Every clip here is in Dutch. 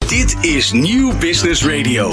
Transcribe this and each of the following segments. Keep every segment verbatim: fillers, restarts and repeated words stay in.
Dit is Nieuw Business Radio.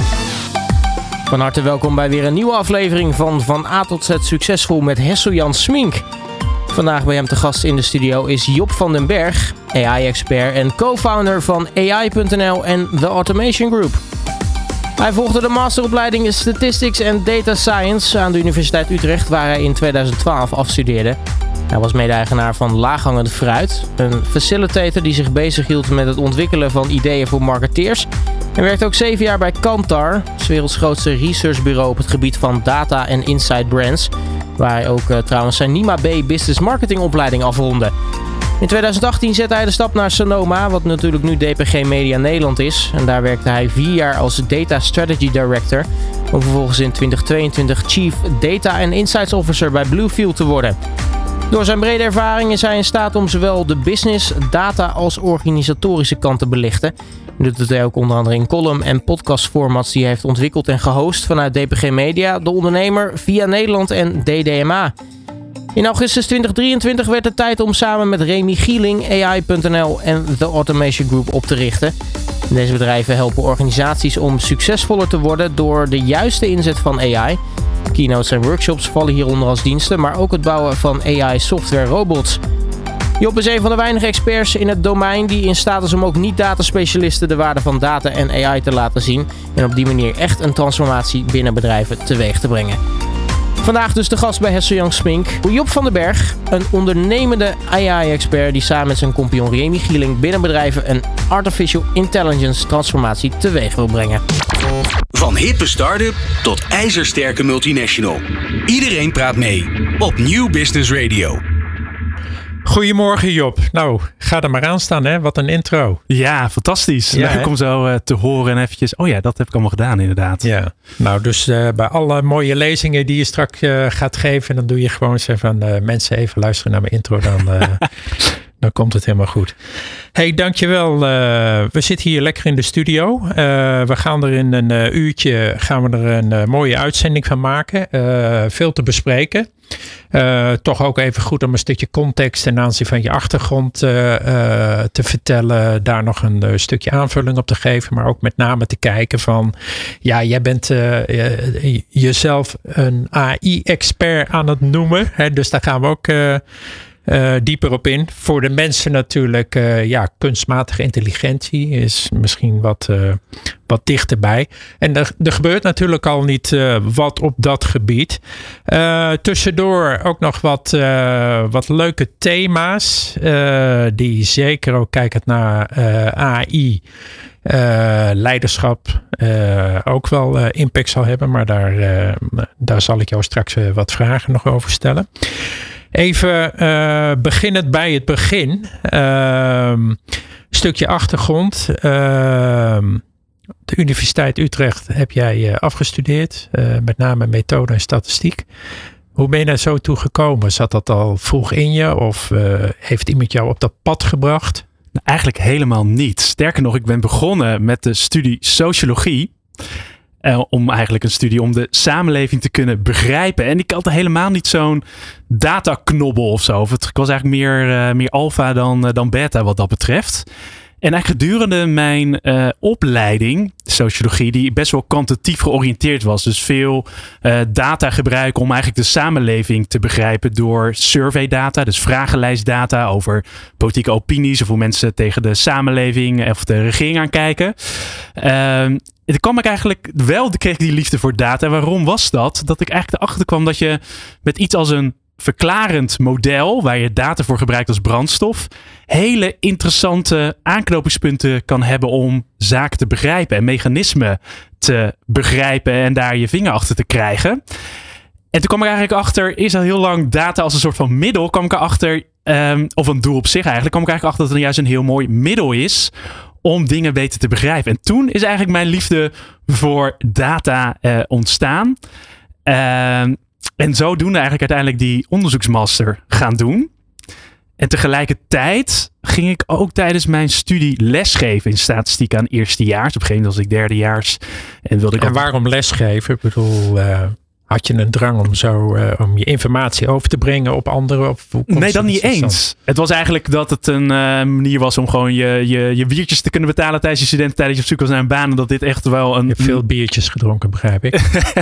Van harte welkom bij weer een nieuwe aflevering van Van A tot Z Succesvol met Hessel-Jan Smink. Vandaag bij hem te gast in de studio is Job van den Berg, A I-expert en co-founder van A I punt n l en The Automation Group. Hij volgde de masteropleiding Statistics and Data Science aan de Universiteit Utrecht, waar hij in tweeduizend twaalf afstudeerde. Hij was mede-eigenaar van Laaghangend Fruit, een facilitator die zich bezighield met het ontwikkelen van ideeën voor marketeers. Hij werkte ook zeven jaar bij Kantar, 's werelds grootste researchbureau op het gebied van data en insight brands, waar hij ook uh, trouwens zijn Nima B Business Marketing opleiding afrondde. In tweeduizend achttien zette hij de stap naar Sanoma, wat natuurlijk nu D P G Media Nederland is. En daar werkte hij vier jaar als Data Strategy Director, om vervolgens in twintig tweeëntwintig Chief Data and Insights Officer bij Bluefield te worden. Door zijn brede ervaring is hij in staat om zowel de business, data als organisatorische kant te belichten. Dit doet hij ook onder andere in column- en podcastformats die hij heeft ontwikkeld en gehost vanuit D P G Media, De Ondernemer, Via Nederland en D D M A. In augustus twintig drieëntwintig werd het tijd om samen met Remy Gieling A I punt n l en The Automation Group op te richten. Deze bedrijven helpen organisaties om succesvoller te worden door de juiste inzet van A I. Keynotes en workshops vallen hieronder als diensten, maar ook het bouwen van A I-software robots. Job is een van de weinige experts in het domein die in staat is om ook niet-dataspecialisten de waarde van data en A I te laten zien en op die manier echt een transformatie binnen bedrijven teweeg te brengen. Vandaag dus de gast bij Hessel-Jan Smink, Job van den Berg, een ondernemende A I-expert die samen met zijn compagnon Remy Gieling binnen bedrijven een artificial intelligence transformatie teweeg wil brengen. Van hippe start-up tot ijzersterke multinational. Iedereen praat mee op Nieuw Business Radio. Goedemorgen Job. Nou, ga er maar aan staan, hè? Wat een intro. Ja, fantastisch. Ja, Leuk om zo uh, te horen en eventjes... Oh ja, dat heb ik allemaal gedaan inderdaad. Ja, nou dus uh, bij alle mooie lezingen die je straks uh, gaat geven... dan doe je gewoon zo van... Uh, mensen even luisteren naar mijn intro, dan... Uh, Dan komt het helemaal goed. Hey, dankjewel. Uh, we zitten hier lekker in de studio. Uh, we gaan er in een uh, uurtje gaan we er een uh, mooie uitzending van maken. Uh, veel te bespreken. Uh, toch ook even goed om een stukje context ten aanzien van je achtergrond uh, uh, te vertellen. Daar nog een uh, stukje aanvulling op te geven. Maar ook met name te kijken van... Ja, jij bent uh, uh, jezelf een A I-expert aan het noemen. Hè, dus daar gaan we ook... Uh, Uh, dieper op in. Voor de mensen natuurlijk, uh, ja, kunstmatige intelligentie is misschien wat, uh, wat dichterbij. En er, er gebeurt natuurlijk al niet uh, wat op dat gebied. Uh, tussendoor ook nog wat, uh, wat leuke thema's, uh, die zeker ook kijkend naar uh, A I, uh, leiderschap, uh, ook wel uh, impact zal hebben. Maar daar, uh, daar zal ik jou straks uh, wat vragen nog over stellen. Even uh, beginnend bij het begin. Uh, stukje achtergrond. Uh, de Universiteit Utrecht heb jij uh, afgestudeerd. Uh, met name methode en statistiek. Hoe ben je daar zo toe gekomen? Zat dat al vroeg in je? Of uh, heeft iemand jou op dat pad gebracht? Nou, eigenlijk helemaal niet. Sterker nog, ik ben begonnen met de studie sociologie. Uh, om eigenlijk een studie om de samenleving te kunnen begrijpen. En ik had helemaal niet zo'n dataknobbel of zo. Of het, ik was eigenlijk meer, uh, meer alfa dan, uh, dan beta wat dat betreft. En eigenlijk gedurende mijn uh, opleiding, sociologie, die best wel kwantitatief georiënteerd was. Dus veel uh, data gebruiken om eigenlijk de samenleving te begrijpen door surveydata. Dus vragenlijstdata over politieke opinies of hoe mensen tegen de samenleving of de regering aankijken. Uh, En toen kwam ik eigenlijk wel, kreeg ik die liefde voor data. En waarom was dat? Dat ik eigenlijk erachter kwam dat je met iets als een verklarend model, waar je data voor gebruikt als brandstof, hele interessante aanknopingspunten kan hebben om zaken te begrijpen en mechanismen te begrijpen en daar je vinger achter te krijgen. En toen kwam ik eigenlijk achter, is al heel lang data als een soort van middel, kwam ik erachter, um, of een doel op zich eigenlijk, kwam ik eigenlijk achter dat het juist een heel mooi middel is om dingen beter te begrijpen. En toen is eigenlijk mijn liefde voor data uh, ontstaan. Uh, en zodoende eigenlijk uiteindelijk die onderzoeksmaster gaan doen. En tegelijkertijd ging ik ook tijdens mijn studie lesgeven in statistiek aan eerstejaars. Op een gegeven moment was ik derdejaars. En, wilde ik en ook... waarom lesgeven? Ik bedoel... Uh... Had je een drang om zo uh, om je informatie over te brengen op anderen? Of nee, dat niet eens. Het was eigenlijk dat het een uh, manier was om gewoon je, je, je biertjes te kunnen betalen tijdens je studententijd. Dat je op zoek was naar een baan. En dat dit echt wel een... Je hebt veel biertjes gedronken, begrijp ik.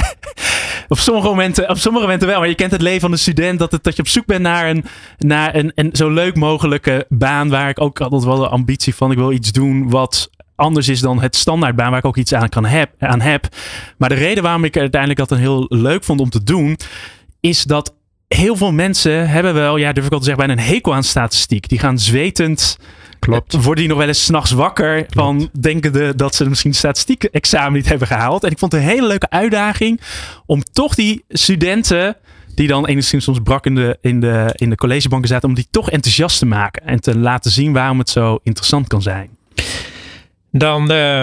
op, sommige momenten, op sommige momenten wel. Maar je kent het leven van de student. Dat, het, dat je op zoek bent naar een, naar een, een zo leuk mogelijke baan. Waar ik ook altijd wel de ambitie van. Ik wil iets doen wat... anders is dan het standaardbaan waar ik ook iets aan, kan heb, aan heb. Maar de reden waarom ik uiteindelijk dat een heel leuk vond om te doen, is dat heel veel mensen hebben wel, ja, durf ik al te zeggen, bijna een hekel aan statistiek. Die gaan zwetend, klopt, worden die nog wel eens 's nachts wakker klopt, van denkende dat ze misschien statistiek examen niet hebben gehaald. En ik vond het een hele leuke uitdaging om toch die studenten, die dan enigszins soms brak in de, in de, in de collegebanken zaten, om die toch enthousiast te maken en te laten zien waarom het zo interessant kan zijn. Dan, uh,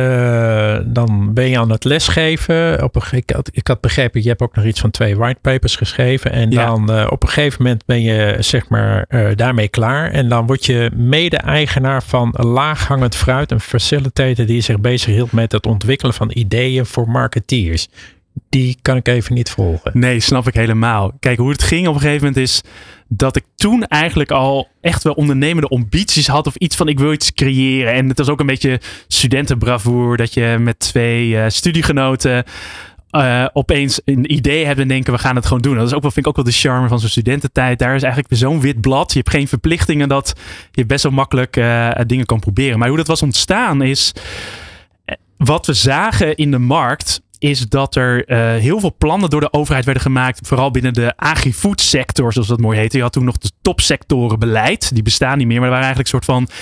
uh, dan ben je aan het lesgeven. Op een, ik, had, ik had begrepen, je hebt ook nog iets van twee whitepapers geschreven. En ja. dan uh, op een gegeven moment ben je zeg maar uh, daarmee klaar. En dan word je mede-eigenaar van Laaghangend Fruit. Een facilitator die zich bezighield met het ontwikkelen van ideeën voor marketeers. Die kan ik even niet volgen. Nee, snap ik helemaal. Kijk, hoe het ging op een gegeven moment is dat ik toen eigenlijk al echt wel ondernemende ambities had of iets van ik wil iets creëren. En het was ook een beetje studentenbravoer dat je met twee uh, studiegenoten uh, opeens een idee hebt en denken we gaan het gewoon doen. Dat is ook wel, vind ik ook wel de charme van zo'n studententijd. Daar is eigenlijk weer zo'n wit blad. Je hebt geen verplichtingen dat je best wel makkelijk uh, dingen kan proberen. Maar hoe dat was ontstaan is wat we zagen in de markt, is dat er uh, heel veel plannen door de overheid werden gemaakt. Vooral binnen de agri-food sector, zoals dat mooi heette. Je had toen nog de topsectorenbeleid. Die bestaan niet meer, maar er waren eigenlijk een soort van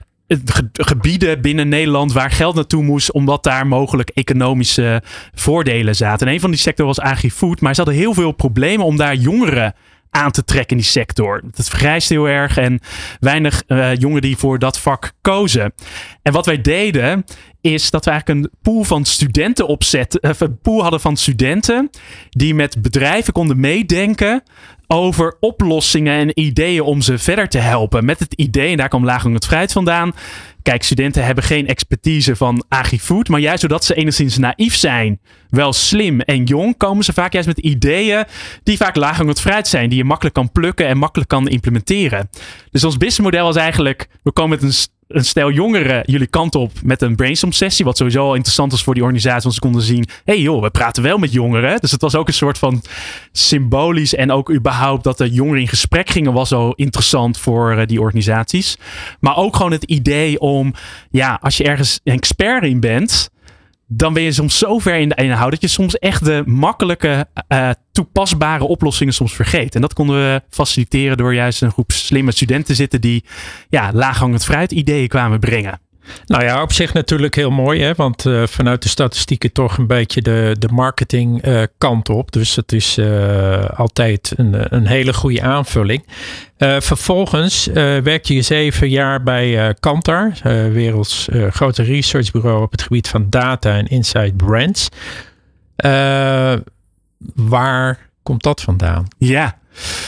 ge- gebieden binnen Nederland waar geld naartoe moest, omdat daar mogelijk economische voordelen zaten. En een van die sectoren was agri-food, maar ze hadden heel veel problemen om daar jongeren aan te trekken in die sector. Het vergrijst heel erg en weinig uh, jongeren die voor dat vak kozen. En wat wij deden is dat we eigenlijk een pool van studenten opzetten, uh, een pool hadden van studenten die met bedrijven konden meedenken over oplossingen en ideeën om ze verder te helpen. Met het idee, en daar kwam Laaghangend Fruit vandaan. Kijk, studenten hebben geen expertise van agri-food, maar juist doordat ze enigszins naïef zijn, wel slim en jong, komen ze vaak juist met ideeën die vaak Laaghangend Fruit zijn, die je makkelijk kan plukken en makkelijk kan implementeren. Dus ons businessmodel was eigenlijk, we komen met een een stel jongeren jullie kant op met een brainstorm sessie. Wat sowieso al interessant was voor die organisatie. Want ze konden zien, hé hey joh, we praten wel met jongeren. Dus het was ook een soort van symbolisch. En ook überhaupt dat de jongeren in gesprek gingen was al interessant voor uh, die organisaties. Maar ook gewoon het idee om, ja, als je ergens een expert in bent, dan ben je soms zo ver in de inhoud dat je soms echt de makkelijke uh, toepasbare oplossingen soms vergeet. En dat konden we faciliteren door juist een groep slimme studenten te zitten die ja, laaghangend fruit ideeën kwamen brengen. Nou ja, op zich natuurlijk heel mooi, hè? Want uh, vanuit de statistieken toch een beetje de, de marketing uh, kant op. Dus het is uh, altijd een, een hele goede aanvulling. Uh, vervolgens uh, werkte je zeven jaar bij uh, Kantar, uh, werelds uh, grote researchbureau op het gebied van data en insight brands. Uh, waar komt dat vandaan? Ja.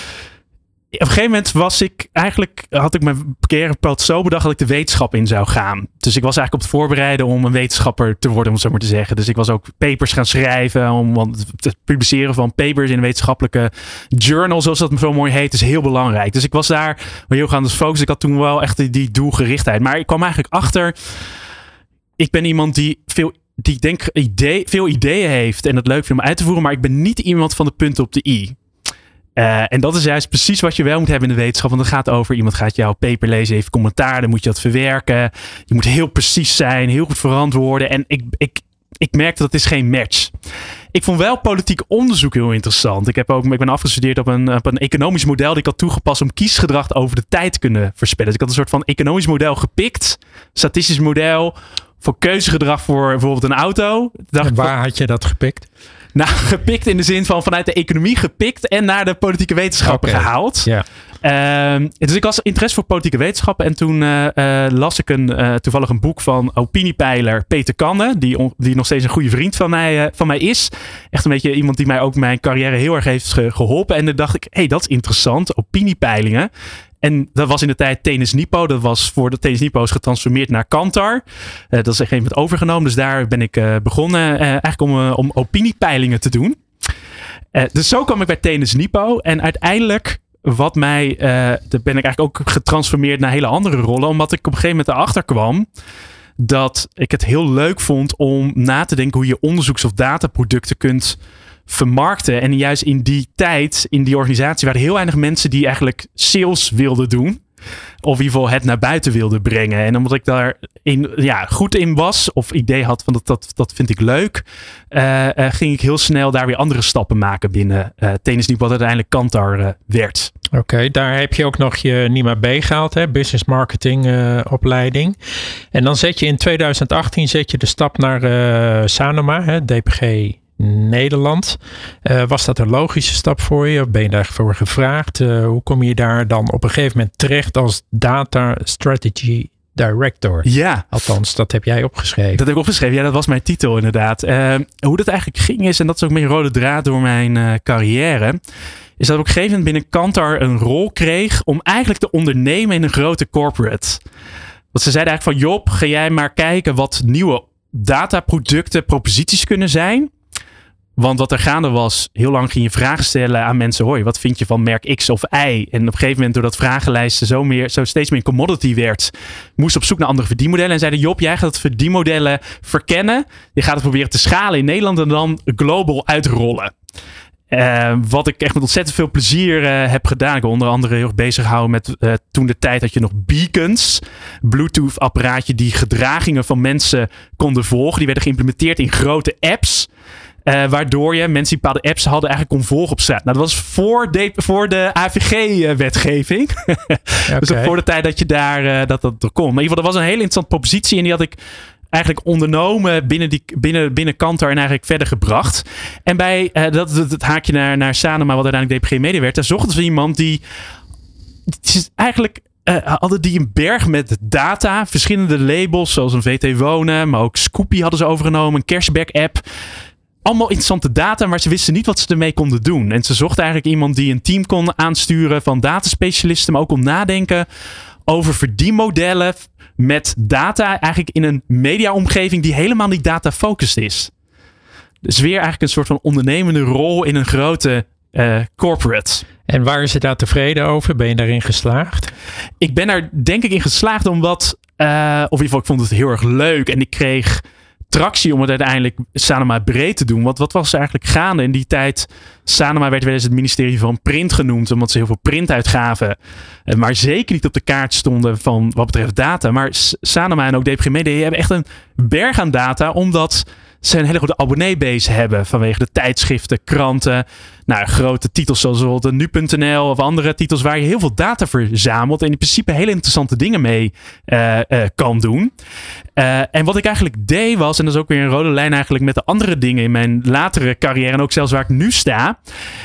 Op een gegeven moment was ik eigenlijk, had ik mijn carrièrepad zo bedacht dat ik de wetenschap in zou gaan. Dus ik was eigenlijk op het voorbereiden om een wetenschapper te worden, om het zo maar te zeggen. Dus ik was ook papers gaan schrijven, om het publiceren van papers in een wetenschappelijke journal, zoals dat zo mooi heet, is heel belangrijk. Dus ik was daar heel gaan focussen. Ik had toen wel echt die, die doelgerichtheid. Maar ik kwam eigenlijk achter, ik ben iemand die veel, die ik denk idee, veel ideeën heeft en het leuk vindt om uit te voeren, maar ik ben niet iemand van de punten op de i. Uh, en dat is juist precies wat je wel moet hebben in de wetenschap. Want het gaat over, iemand gaat jouw paper lezen, even commentaar, dan moet je dat verwerken. Je moet heel precies zijn, heel goed verantwoorden. En ik, ik, ik merkte dat is geen match. Ik vond wel politiek onderzoek heel interessant. Ik, heb ook, ik ben afgestudeerd op een, op een economisch model dat ik had toegepast om kiesgedrag over de tijd te kunnen voorspellen. Dus ik had een soort van economisch model gepikt, statistisch model voor keuzegedrag voor bijvoorbeeld een auto. En waar had je dat gepikt? Nou, gepikt in de zin van vanuit de economie gepikt en naar de politieke wetenschappen okay. gehaald. Yeah. Um, dus ik was interesse voor politieke wetenschappen. En toen uh, uh, las ik een, uh, toevallig een boek van opiniepeiler Peter Kanne. Die, on, die nog steeds een goede vriend van mij, uh, van mij is. Echt een beetje iemand die mij ook mijn carrière heel erg heeft ge, geholpen. En dan dacht ik, hé, hey, dat is interessant. Opiniepeilingen. En dat was in de tijd Tennis Nipo. Dat was voor de Tennis Nipo is getransformeerd naar Kantar. Uh, dat is op een gegeven moment overgenomen. Dus daar ben ik uh, begonnen uh, eigenlijk om, uh, om opiniepeilingen te doen. Uh, dus zo kwam ik bij Tennis Nipo. En uiteindelijk, wat mij, uh, daar ben ik eigenlijk ook getransformeerd naar hele andere rollen. Omdat ik op een gegeven moment erachter kwam dat ik het heel leuk vond om na te denken hoe je onderzoeks- of dataproducten kunt vermarkten. En juist in die tijd, in die organisatie, waren er heel weinig mensen die eigenlijk sales wilden doen. Of in ieder geval het naar buiten wilden brengen. En omdat ik daar in, ja, goed in was, of idee had van dat, dat, dat vind ik leuk, uh, uh, ging ik heel snel daar weer andere stappen maken binnen uh, Tennis Nipo, wat uiteindelijk Kantar uh, werd. Oké, okay, daar heb je ook nog je NIMA B gehaald, hè? Business Marketing uh, opleiding. En dan zet je in twintig achttien zet je de stap naar uh, Sanoma, hè? D P G Nederland. Uh, was dat een logische stap voor je? Of ben je daarvoor gevraagd? Uh, hoe kom je daar dan op een gegeven moment terecht als Data Strategy Director? Ja. Althans, dat heb jij opgeschreven. Dat heb ik opgeschreven. Ja, dat was mijn titel inderdaad. Uh, hoe dat eigenlijk ging is, en dat is ook mijn rode draad door mijn uh, carrière, is dat ik op een gegeven moment binnen Kantar een rol kreeg om eigenlijk te ondernemen in een grote corporate. Want ze zeiden eigenlijk van, Job, ga jij maar kijken wat nieuwe dataproducten, proposities kunnen zijn. Want wat er gaande was, heel lang ging je vragen stellen aan mensen. Hoi, wat vind je van merk X of Y? En op een gegeven moment, doordat vragenlijsten zo, meer, zo steeds meer een commodity werd, moest op zoek naar andere verdienmodellen. En zeiden, Job, jij gaat het verdienmodellen verkennen. Je gaat het proberen te schalen in Nederland en dan global uitrollen. Uh, wat ik echt met ontzettend veel plezier uh, heb gedaan. Ik ben onder andere heel erg bezig gehouden met uh, toen de tijd had je nog beacons. Bluetooth apparaatje die gedragingen van mensen konden volgen. Die werden geïmplementeerd in grote apps. Uh, waardoor je mensen die bepaalde apps hadden eigenlijk kon volgen op straat. Nou, dat was voor de, voor de A V G-wetgeving. Okay. Dus voor de tijd dat je daar uh, dat, dat er kon. Maar in ieder geval, dat was een hele interessante propositie. En die had ik eigenlijk ondernomen binnen, die, binnen, binnen Kantar en eigenlijk verder gebracht. En bij uh, dat, dat, dat haakje naar, naar Sanoma, wat uiteindelijk D P G Media werd, daar zochten ze iemand die eigenlijk uh, hadden die een berg met data, verschillende labels, zoals een V T Wonen, maar ook Scoopy hadden ze overgenomen, een cashback-app. Allemaal interessante data, maar ze wisten niet wat ze ermee konden doen. En ze zochten eigenlijk iemand die een team kon aansturen van dataspecialisten, maar ook kon nadenken over verdienmodellen met data eigenlijk in een mediaomgeving die helemaal niet data-focused is. Dus weer eigenlijk een soort van ondernemende rol in een grote uh, corporate. En waar is je daar tevreden over? Ben je daarin geslaagd? Ik ben daar denk ik in geslaagd omdat, uh, of in ieder geval ik vond het heel erg leuk en ik kreeg tractie om het uiteindelijk Sanoma breed te doen. Want wat was er eigenlijk gaande in die tijd? Sanoma werd wel eens het ministerie van print genoemd, omdat ze heel veel printuitgaven, maar zeker niet op de kaart stonden van wat betreft data. Maar Sanoma en ook D P G Media hebben echt een berg aan data, omdat ze een hele grote abonneebase hebben vanwege de tijdschriften, kranten, nou, grote titels zoals bijvoorbeeld nu punt n l of andere titels waar je heel veel data verzamelt en in principe hele interessante dingen mee uh, uh, kan doen. Uh, en wat ik eigenlijk deed was, en dat is ook weer een rode lijn eigenlijk met de andere dingen in mijn latere carrière en ook zelfs waar ik nu sta,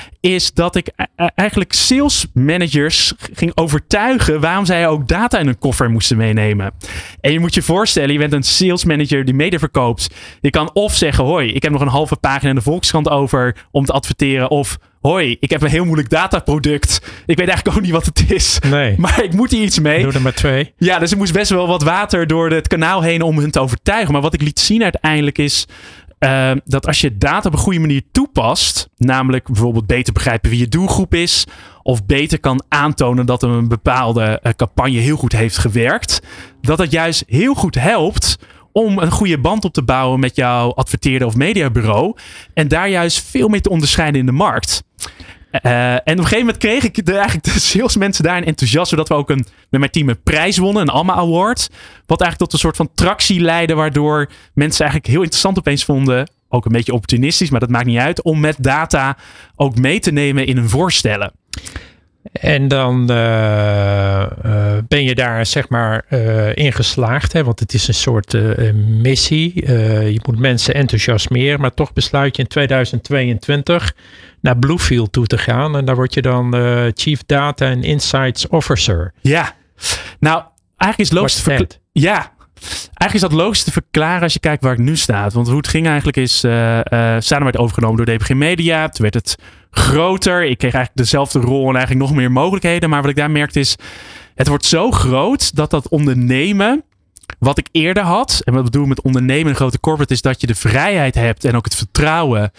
is dat ik eigenlijk sales managers ging overtuigen waarom zij ook data in hun koffer moesten meenemen. En je moet je voorstellen, je bent een sales manager die media verkoopt. Je kan of zeggen, hoi, ik heb nog een halve pagina in de Volkskrant over om te adverteren. Of, hoi, ik heb een heel moeilijk dataproduct. Ik weet eigenlijk ook niet wat het is. Nee. Maar ik moet hier iets mee. Doe er maar twee. Ja, dus er moest best wel wat water door het kanaal heen om hun te overtuigen. Maar wat ik liet zien uiteindelijk is Uh, dat als je data op een goede manier toepast, namelijk bijvoorbeeld beter begrijpen wie je doelgroep is, of beter kan aantonen dat een bepaalde uh, campagne heel goed heeft gewerkt, dat dat juist heel goed helpt om een goede band op te bouwen met jouw adverteerder of mediabureau en daar juist veel mee te onderscheiden in de markt. Uh, en op een gegeven moment kreeg ik de, eigenlijk de salesmensen daarin enthousiast, zodat we ook een, met mijn team een prijs wonnen, een Alma Award. Wat eigenlijk tot een soort van tractie leidde, waardoor mensen eigenlijk heel interessant opeens vonden, ook een beetje opportunistisch, maar dat maakt niet uit, om met data ook mee te nemen in hun voorstellen. En dan uh, uh, ben je daar zeg maar uh, in geslaagd, hè? Want het is een soort uh, missie. Uh, je moet mensen enthousiasmeren, maar toch besluit je in tweeduizend tweeëntwintig naar Bluefield toe te gaan. En daar word je dan uh, Chief Data and Insights Officer. Ja, nou eigenlijk is het logisch te verklaren. Ja, eigenlijk is dat logisch te verklaren als je kijkt waar ik nu sta. Want hoe het ging eigenlijk is, uh, uh, Sanoma werd overgenomen door D P G Media. Toen werd het groter. Ik kreeg eigenlijk dezelfde rol en eigenlijk nog meer mogelijkheden. Maar wat ik daar merkte is, het wordt zo groot dat dat ondernemen, wat ik eerder had, en wat bedoel ik met ondernemen in een grote corporate, is dat je de vrijheid hebt en ook het vertrouwen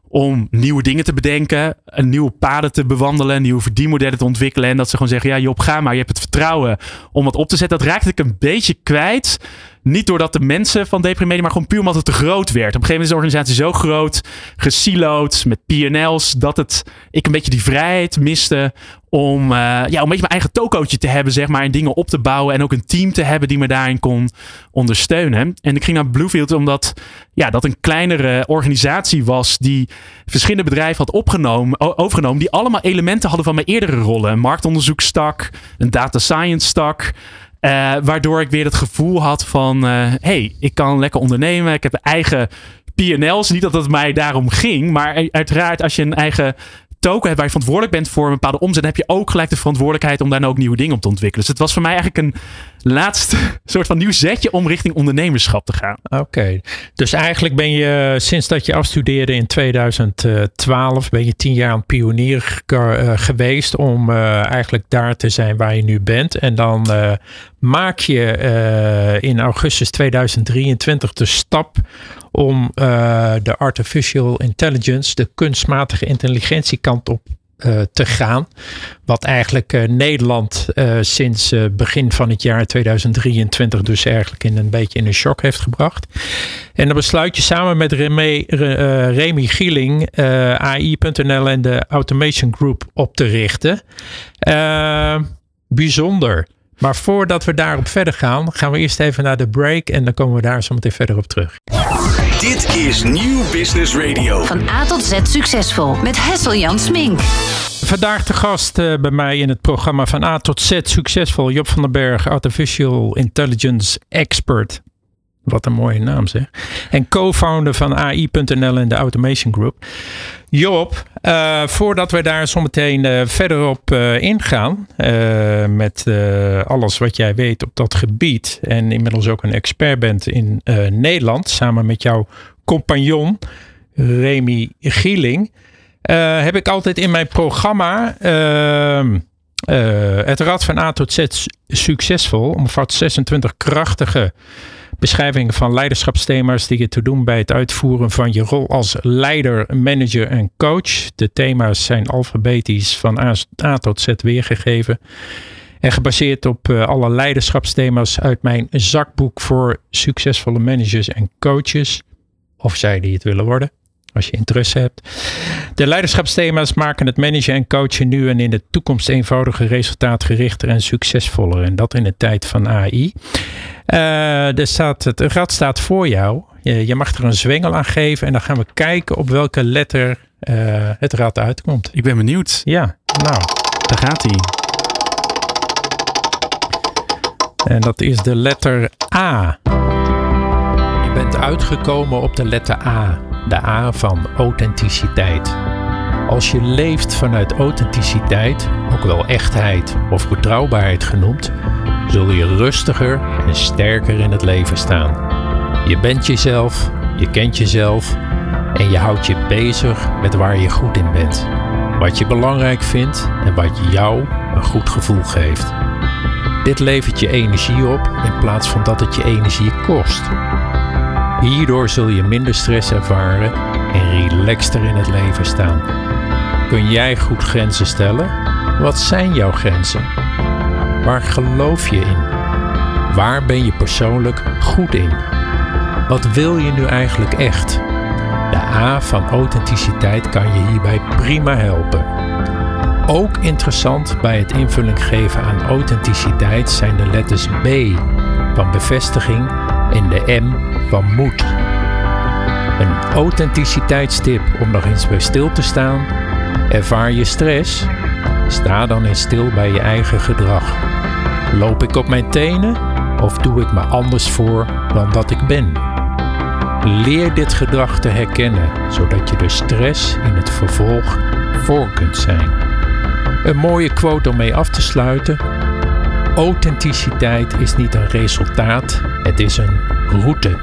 om nieuwe dingen te bedenken, nieuwe paden te bewandelen, nieuwe verdienmodellen te ontwikkelen. En dat ze gewoon zeggen, ja Job, ga maar. Je hebt het vertrouwen om wat op te zetten. Dat raakte ik een beetje kwijt. Niet doordat de mensen van Deprimedia, maar gewoon puur omdat het te groot werd. Op een gegeven moment is de organisatie zo groot, gesiloed met P en L's, dat het, ik een beetje die vrijheid miste om, uh, ja, om een beetje mijn eigen tokootje te hebben, zeg maar, en dingen op te bouwen en ook een team te hebben die me daarin kon ondersteunen. En ik ging naar Bluefield omdat ja, dat een kleinere organisatie was die verschillende bedrijven had opgenomen, overgenomen, die allemaal elementen hadden van mijn eerdere rollen. Een marktonderzoekstak, een data science stak. Uh, waardoor ik weer het gevoel had van, uh, hey, ik kan lekker ondernemen. Ik heb eigen P en L's. Niet dat het mij daarom ging. Maar uiteraard als je een eigen token hebt waar je verantwoordelijk bent voor een bepaalde omzet, dan heb je ook gelijk de verantwoordelijkheid om daar ook nieuwe dingen op te ontwikkelen. Dus het was voor mij eigenlijk een laatste soort van nieuw zetje om richting ondernemerschap te gaan. Oké, okay. Dus eigenlijk ben je sinds dat je afstudeerde in tweeduizend twaalf, ben je tien jaar een pionier uh, geweest om uh, eigenlijk daar te zijn waar je nu bent. En dan uh, maak je uh, in augustus tweeduizend drieëntwintig de stap om uh, de artificial intelligence, de kunstmatige intelligentie kant op uh, te gaan. Wat eigenlijk uh, Nederland uh, sinds uh, begin van het jaar tweeduizend drieëntwintig dus eigenlijk in een beetje in een shock heeft gebracht. En dan besluit je samen met Remy, uh, Remy Gieling uh, A I punt N L en de Automation Group op te richten. Uh, bijzonder. Maar voordat we daarop verder gaan, gaan we eerst even naar de break en dan komen we daar zo meteen verder op terug. Dit is Nieuw Business Radio. Van A tot Z succesvol met Hessel-Jan Smink. Vandaag de gast uh, bij mij in het programma Van A tot Z succesvol. Job van den Berg, Artificial Intelligence Expert. Wat een mooie naam zeg. En co-founder van A I punt N L en de Automation Group. Job, uh, voordat we daar zometeen uh, verder op uh, ingaan. Uh, met uh, alles wat jij weet op dat gebied. En inmiddels ook een expert bent in uh, Nederland. Samen met jouw compagnon Remy Gieling. Uh, heb ik altijd in mijn programma uh, uh, het Rad van A tot Z succesvol. Omvat zesentwintig krachtige beschrijvingen van leiderschapsthema's die je te doen bij het uitvoeren van je rol als leider, manager en coach. De thema's zijn alfabetisch van A, A tot Z weergegeven. En gebaseerd op uh, alle leiderschapsthema's uit mijn zakboek voor succesvolle managers en coaches. Of zij die het willen worden, als je interesse hebt. De leiderschapsthema's maken het managen en coachen nu en in de toekomst eenvoudiger, resultaatgerichter en succesvoller. En dat in de tijd van A I. Uh, er staat, het rad staat voor jou. Je, je mag er een zwengel aan geven en dan gaan we kijken op welke letter uh, het rad uitkomt. Ik ben benieuwd. Ja, nou. Daar gaat hij. En dat is de letter A. Je bent uitgekomen op de letter A. De A van authenticiteit. Als je leeft vanuit authenticiteit, ook wel echtheid of betrouwbaarheid genoemd, zul je rustiger en sterker in het leven staan. Je bent jezelf, je kent jezelf en je houdt je bezig met waar je goed in bent. Wat je belangrijk vindt en wat jou een goed gevoel geeft. Dit levert je energie op in plaats van dat het je energie kost. Hierdoor zul je minder stress ervaren en relaxter in het leven staan. Kun jij goed grenzen stellen? Wat zijn jouw grenzen? Waar geloof je in? Waar ben je persoonlijk goed in? Wat wil je nu eigenlijk echt? De A van authenticiteit kan je hierbij prima helpen. Ook interessant bij het invulling geven aan authenticiteit zijn de letters B van bevestiging en de M van moed. Een authenticiteitstip om nog eens bij stil te staan. Ervaar je stress? Sta dan eens stil bij je eigen gedrag. Loop ik op mijn tenen of doe ik me anders voor dan dat ik ben? Leer dit gedrag te herkennen, zodat je de stress in het vervolg voor kunt zijn. Een mooie quote om mee af te sluiten. Authenticiteit is niet een resultaat, het is een route.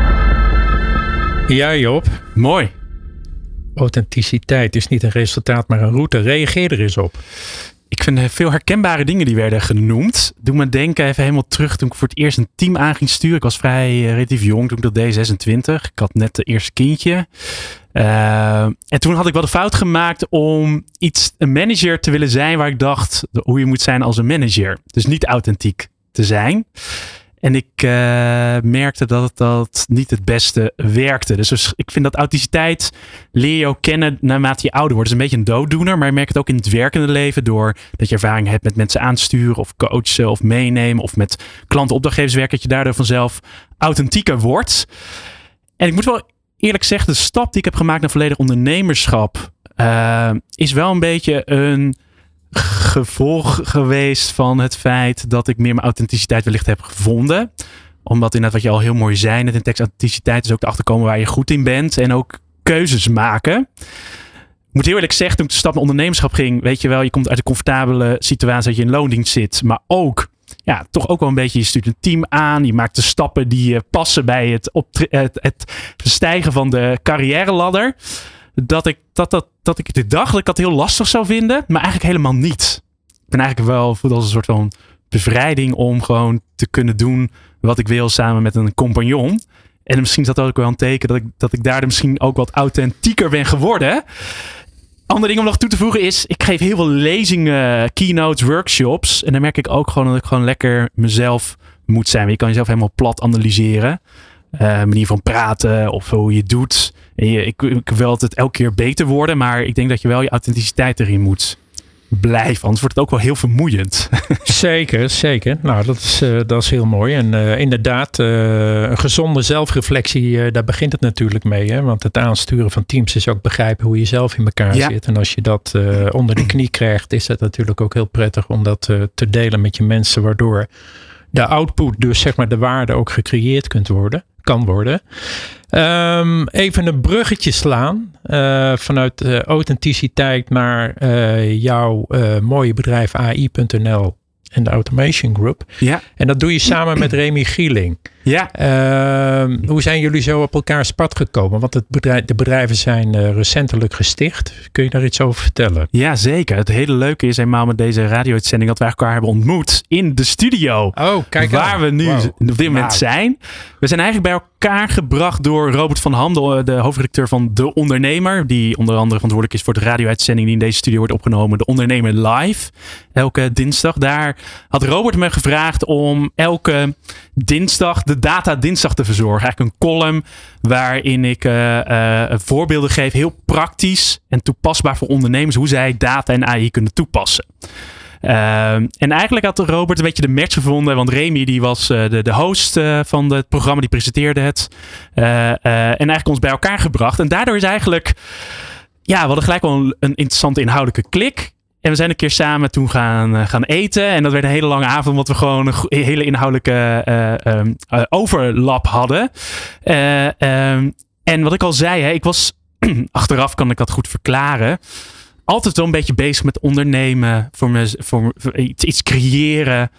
Ja, Job. Mooi. Authenticiteit is niet een resultaat, maar een route. Reageer er eens op. Ik vind veel herkenbare dingen die werden genoemd. Doe me denken even helemaal terug toen ik voor het eerst een team aan ging sturen. Ik was vrij uh, relatief jong toen ik dat deed, zesentwintig. Ik had net het eerste kindje. Uh, en toen had ik wel de fout gemaakt om iets, een manager te willen zijn waar ik dacht hoe je moet zijn als een manager. Dus niet authentiek te zijn. En ik uh, merkte dat het dat niet het beste werkte. Dus, dus ik vind dat authenticiteit leer je ook kennen naarmate je ouder wordt. Het is een beetje een dooddoener, maar je merkt het ook in het werkende leven door dat je ervaring hebt met mensen aansturen of coachen of meenemen of met klanten opdrachtgevers werken, dat je daardoor vanzelf authentieker wordt. En ik moet wel eerlijk zeggen, de stap die ik heb gemaakt naar volledig ondernemerschap uh, is wel een beetje een gevolg geweest van het feit dat ik meer mijn authenticiteit wellicht heb gevonden. Omdat inderdaad wat je al heel mooi zei, net in tekst authenticiteit is ook erachter komen waar je goed in bent en ook keuzes maken. Ik moet heel eerlijk zeggen, toen ik de stap naar ondernemerschap ging, weet je wel, je komt uit een comfortabele situatie dat je in loondienst zit, maar ook ja, toch ook wel een beetje, je stuurt een team aan, je maakt de stappen die passen bij het, optre- het, het stijgen van de carrière-ladder. Dat ik, dat, dat, dat ik dit dacht dat ik dat heel lastig zou vinden, maar eigenlijk helemaal niet. Ik ben eigenlijk wel voelde als een soort van bevrijding om gewoon te kunnen doen wat ik wil samen met een compagnon. En misschien is dat ook wel een teken dat ik, dat ik daardoor misschien ook wat authentieker ben geworden. Ander ding om nog toe te voegen is, ik geef heel veel lezingen, keynotes, workshops. En dan merk ik ook gewoon dat ik gewoon lekker mezelf moet zijn. Je kan jezelf helemaal plat analyseren. Uh, manier van praten of hoe je het doet. En je, ik, ik wil het elke keer beter worden, maar ik denk dat je wel je authenticiteit erin moet blijven. Anders wordt het ook wel heel vermoeiend. Zeker, zeker. Nou, dat is, uh, dat is heel mooi. En uh, inderdaad, uh, een gezonde zelfreflectie, uh, daar begint het natuurlijk mee. Hè? Want het aansturen van teams is ook begrijpen hoe je zelf in elkaar ja. zit. En als je dat uh, onder de knie krijgt, is het natuurlijk ook heel prettig om dat uh, te delen met je mensen, waardoor de output, dus zeg maar de waarde ook gecreëerd kunt worden, kan worden. Um, even een bruggetje slaan uh, vanuit uh, authenticiteit naar uh, jouw uh, mooie bedrijf A I punt n l en de Automation Group. Ja. En dat doe je samen met Remy Gieling. Ja. Uh, hoe zijn jullie zo op elkaars pad gekomen? Want het bedrijf, de bedrijven zijn uh, recentelijk gesticht. Kun je daar iets over vertellen? Ja, zeker. Het hele leuke is eenmaal met deze radio-uitzending dat wij elkaar hebben ontmoet in de studio. Oh, kijk waar aan. we nu wow. op dit moment wow. zijn. We zijn eigenlijk bij elkaar gebracht door Robert van Ham, de, de hoofdredacteur van De Ondernemer. Die onder andere verantwoordelijk is voor de radio-uitzending die in deze studio wordt opgenomen. De Ondernemer Live. Elke dinsdag. Daar had Robert me gevraagd om elke dinsdag de Data Dinsdag te verzorgen. Eigenlijk een column waarin ik uh, uh, voorbeelden geef. Heel praktisch en toepasbaar voor ondernemers. Hoe zij data en A I kunnen toepassen. Uh, en eigenlijk had Robert een beetje de match gevonden. Want Remy die was uh, de, de host uh, van het programma. Die presenteerde het. Uh, uh, en eigenlijk ons bij elkaar gebracht. En daardoor is eigenlijk... Ja, we hadden gelijk wel een, een interessante inhoudelijke klik. En we zijn een keer samen toen gaan, uh, gaan eten. En dat werd een hele lange avond. Omdat we gewoon een, go- een hele inhoudelijke uh, um, uh, overlap hadden. Uh, um, en wat ik al zei. Hè, ik was... achteraf kan ik dat goed verklaren. Altijd wel een beetje bezig met ondernemen. Voor me, voor, voor iets, iets creëren.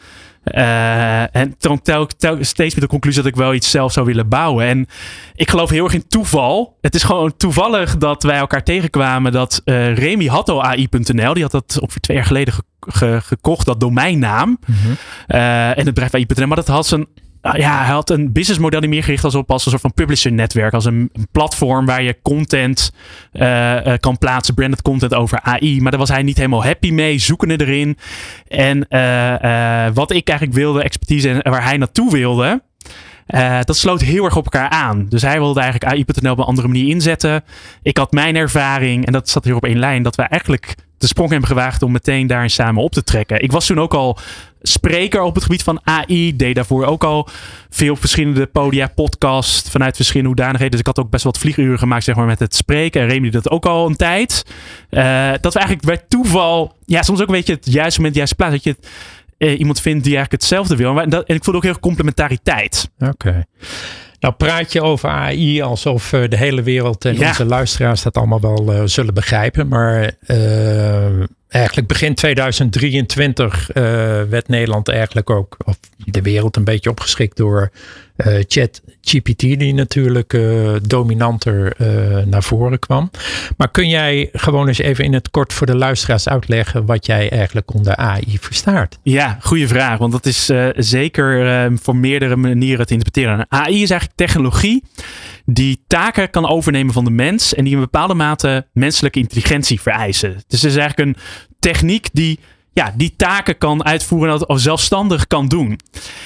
Uh, en toen tel ik tel, steeds met de conclusie dat ik wel iets zelf zou willen bouwen. En ik geloof heel erg in toeval. Het is gewoon toevallig dat wij elkaar tegenkwamen. Dat uh, Remy had al A I punt n l. Die had dat ongeveer twee jaar geleden ge- ge- gekocht. Dat domeinnaam. Mm-hmm. Uh, en het bedrijf A I punt n l. Maar dat had zijn... Ja, hij had een businessmodel die meer gericht was op als een soort van publisher netwerk. Als een, een platform waar je content uh, uh, kan plaatsen. Branded content over A I. Maar daar was hij niet helemaal happy mee. Zoekende erin. En uh, uh, wat ik eigenlijk wilde, expertise en waar hij naartoe wilde. Uh, dat sloot heel erg op elkaar aan. Dus hij wilde eigenlijk A I punt n l op een andere manier inzetten. Ik had mijn ervaring. En dat zat hier op één lijn. Dat we eigenlijk de sprong hebben gewaagd om meteen daarin samen op te trekken. Ik was toen ook al spreker op het gebied van A I. Deed daarvoor ook al veel verschillende podia, podcast vanuit verschillende hoedanigheden. Dus ik had ook best wat vlieguren gemaakt zeg maar, met het spreken. En Remy deed dat ook al een tijd. Uh, dat we eigenlijk bij toeval, ja, soms ook een beetje het juiste moment, de juiste plaats. Dat je het, uh, iemand vindt die eigenlijk hetzelfde wil. En, dat, en ik voelde ook heel erg complementariteit. Oké. Okay. Nou praat je over A I alsof de hele wereld en ja. onze luisteraars dat allemaal wel uh, zullen begrijpen. Maar uh, eigenlijk begin tweeduizend drieëntwintig uh, werd Nederland eigenlijk ook, of de wereld een beetje opgeschikt door uh, ChatGPT, die natuurlijk uh, dominanter uh, naar voren kwam. Maar kun jij gewoon eens even in het kort voor de luisteraars uitleggen wat jij eigenlijk onder A I verstaat? Ja, goede vraag, want dat is uh, zeker uh, voor meerdere manieren te interpreteren. A I is eigenlijk technologie die taken kan overnemen van de mens en die in bepaalde mate menselijke intelligentie vereisen. Dus het is eigenlijk een techniek die, ja, die taken kan uitvoeren of zelfstandig kan doen.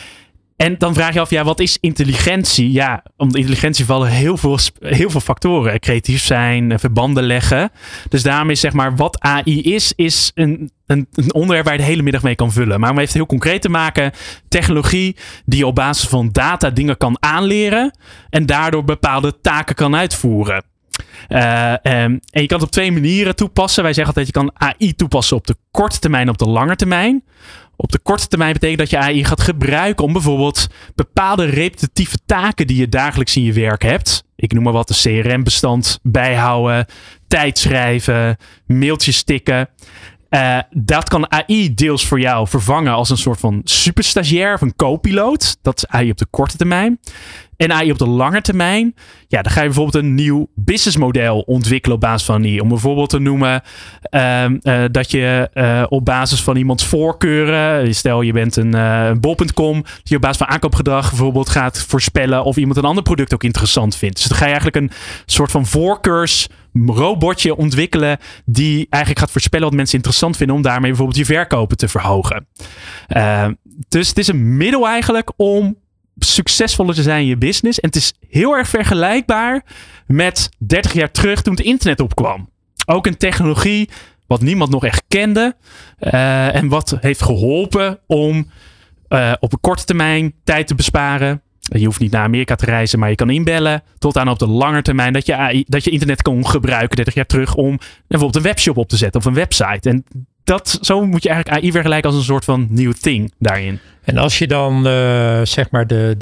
En dan vraag je af, ja, wat is intelligentie? Ja, om de intelligentie vallen heel veel, heel veel factoren. Creatief zijn, verbanden leggen. Dus daarom is zeg maar wat A I is, is een, een, een onderwerp waar je de hele middag mee kan vullen. Maar om even heel concreet te maken, technologie die op basis van data dingen kan aanleren en daardoor bepaalde taken kan uitvoeren. Uh, um, en je kan het op twee manieren toepassen. Wij zeggen altijd, je kan A I toepassen op de korte termijn en op de lange termijn. Op de korte termijn betekent dat je A I gaat gebruiken om bijvoorbeeld bepaalde repetitieve taken die je dagelijks in je werk hebt. Ik noem maar wat, een C R M-bestand bijhouden, tijdschrijven, mailtjes tikken. Uh, dat kan A I deels voor jou vervangen als een soort van superstagiair of een co-piloot. Dat is A I op de korte termijn. En A I op de lange termijn, ja, dan ga je bijvoorbeeld een nieuw businessmodel ontwikkelen op basis van A I. Om bijvoorbeeld te noemen uh, uh, dat je uh, op basis van iemands voorkeuren, stel je bent een uh, bol punt com, dat je op basis van aankoopgedrag bijvoorbeeld gaat voorspellen of iemand een ander product ook interessant vindt. Dus dan ga je eigenlijk een soort van voorkeursrobotje ontwikkelen die eigenlijk gaat voorspellen wat mensen interessant vinden om daarmee bijvoorbeeld je verkopen te verhogen. Uh, dus het is een middel eigenlijk om succesvoller te zijn in je business. En het is heel erg vergelijkbaar met dertig jaar terug toen het internet opkwam. Ook een technologie wat niemand nog echt kende. Uh, en wat heeft geholpen om uh, op een korte termijn tijd te besparen. Je hoeft niet naar Amerika te reizen, maar je kan inbellen. Tot aan op de lange termijn dat je, A I, dat je internet kon gebruiken dertig jaar terug om bijvoorbeeld een webshop op te zetten of een website. En dat, zo moet je eigenlijk A I vergelijken als een soort van nieuw thing daarin. En als je dan uh, zeg maar de,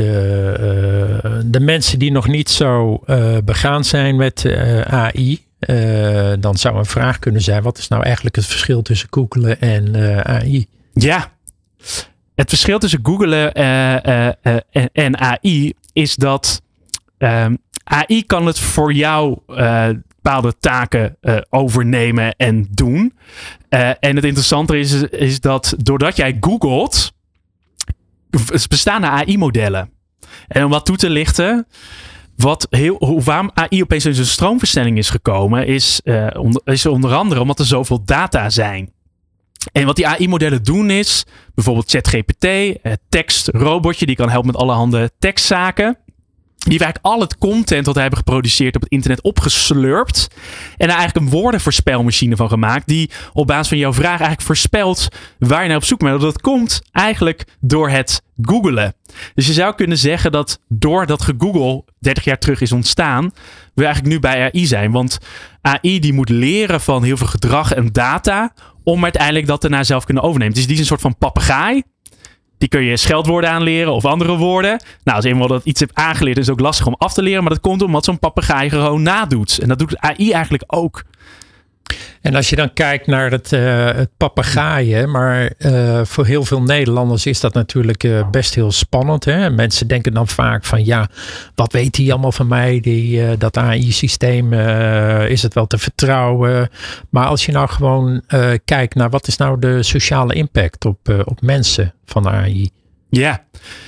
de, uh, de mensen die nog niet zo uh, begaan zijn met uh, A I, uh, dan zou een vraag kunnen zijn: wat is nou eigenlijk het verschil tussen googlen en uh, A I? Ja, het verschil tussen googlen uh, uh, uh, en, en A I is dat uh, A I kan het voor jou uh, bepaalde taken uh, overnemen en doen. Uh, en het interessante is, is dat doordat jij googelt, bestaan er A I-modellen. En om wat toe te lichten, wat heel, hoe, waarom A I opeens in zijn stroomversnelling is gekomen, is, uh, onder, is onder andere omdat er zoveel data zijn. En wat die A I-modellen doen is, bijvoorbeeld ChatGPT, het tekstrobotje, die kan helpen met allerhande tekstzaken. Die heeft eigenlijk al het content wat wij hebben geproduceerd op het internet opgeslurpt. En er eigenlijk een woordenvoorspelmachine van gemaakt. Die op basis van jouw vraag eigenlijk voorspelt waar je naar op zoek bent. Dat komt eigenlijk door het googelen. Dus je zou kunnen zeggen dat door dat gegoogle dertig jaar terug is ontstaan, we eigenlijk nu bij A I zijn. Want A I die moet leren van heel veel gedrag en data om uiteindelijk dat daarna zelf kunnen overnemen. Dus die is een soort van papegaai. Die kun je scheldwoorden aanleren of andere woorden. Nou, als eenmaal dat iets hebt aangeleerd, is het ook lastig om af te leren. Maar dat komt omdat zo'n papegaai gewoon nadoet. En dat doet A I eigenlijk ook. En als je dan kijkt naar het, uh, het papegaaien, maar uh, voor heel veel Nederlanders is dat natuurlijk uh, best heel spannend. Hè? Mensen denken dan vaak van ja, wat weet hij allemaal van mij? Die, uh, dat A I-systeem, uh, is het wel te vertrouwen? Maar als je nou gewoon uh, kijkt naar wat is nou de sociale impact op, uh, op mensen van A I? Ja,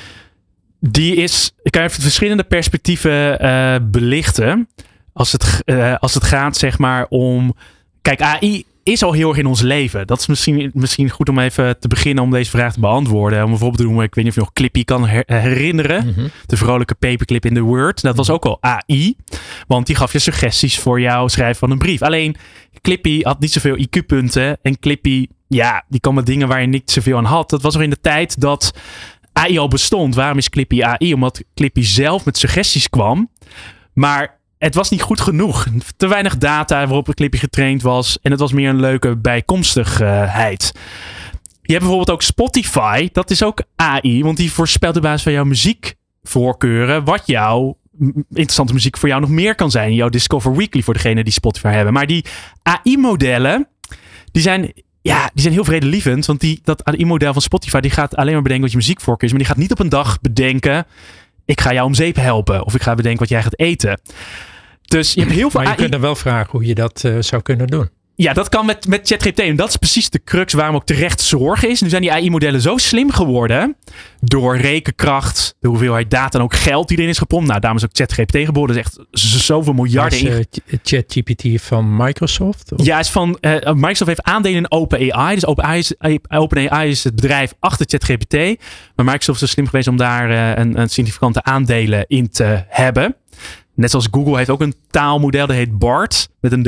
die is, ik kan even verschillende perspectieven uh, belichten. Als het, uh, als het gaat zeg maar om, kijk, A I is al heel erg in ons leven. Dat is misschien, misschien goed om even te beginnen om deze vraag te beantwoorden. Om bijvoorbeeld te noemen, ik weet niet of je nog Clippy kan her- herinneren. Mm-hmm. De vrolijke paperclip in de Word. Dat was ook al A I. Want die gaf je suggesties voor jou schrijven van een brief. Alleen Clippy had niet zoveel I Q-punten. En Clippy, ja, die kwam met dingen waar je niet zoveel aan had. Dat was nog in de tijd dat A I al bestond. Waarom is Clippy A I? Omdat Clippy zelf met suggesties kwam. Maar het was niet goed genoeg. Te weinig data waarop een Clippy getraind was. En het was meer een leuke bijkomstigheid. Je hebt bijvoorbeeld ook Spotify. Dat is ook A I. Want die voorspelt op basis van jouw muziekvoorkeuren wat jouw interessante muziek voor jou nog meer kan zijn. Jouw Discover Weekly voor degenen die Spotify hebben. Maar die A I-modellen, die zijn ja, die zijn heel vredelievend. Want die, dat A I-model van Spotify, die gaat alleen maar bedenken wat je muziekvoorkeur is. Maar die gaat niet op een dag bedenken, ik ga jou om zeep helpen. Of ik ga bedenken wat jij gaat eten. Dus je hebt heel veel Maar je A I... kunt er wel vragen hoe je dat uh, zou kunnen doen. Ja, dat kan met, met ChatGPT. En dat is precies de crux waarom ook terecht zorg is. Nu zijn die A I-modellen zo slim geworden. Door rekenkracht, de hoeveelheid data en ook geld die erin is gepompt. Nou, daarom is ook ChatGPT geboren. Dat is echt zoveel miljarden in. Is uh, ChatGPT van Microsoft? Of? Ja, is van, uh, Microsoft heeft aandelen in OpenAI. Dus OpenAI is, OpenAI is het bedrijf achter ChatGPT. Maar Microsoft is slim geweest om daar uh, een, een significante aandelen in te hebben. Net zoals Google heeft ook een taalmodel, dat heet BART, met een D.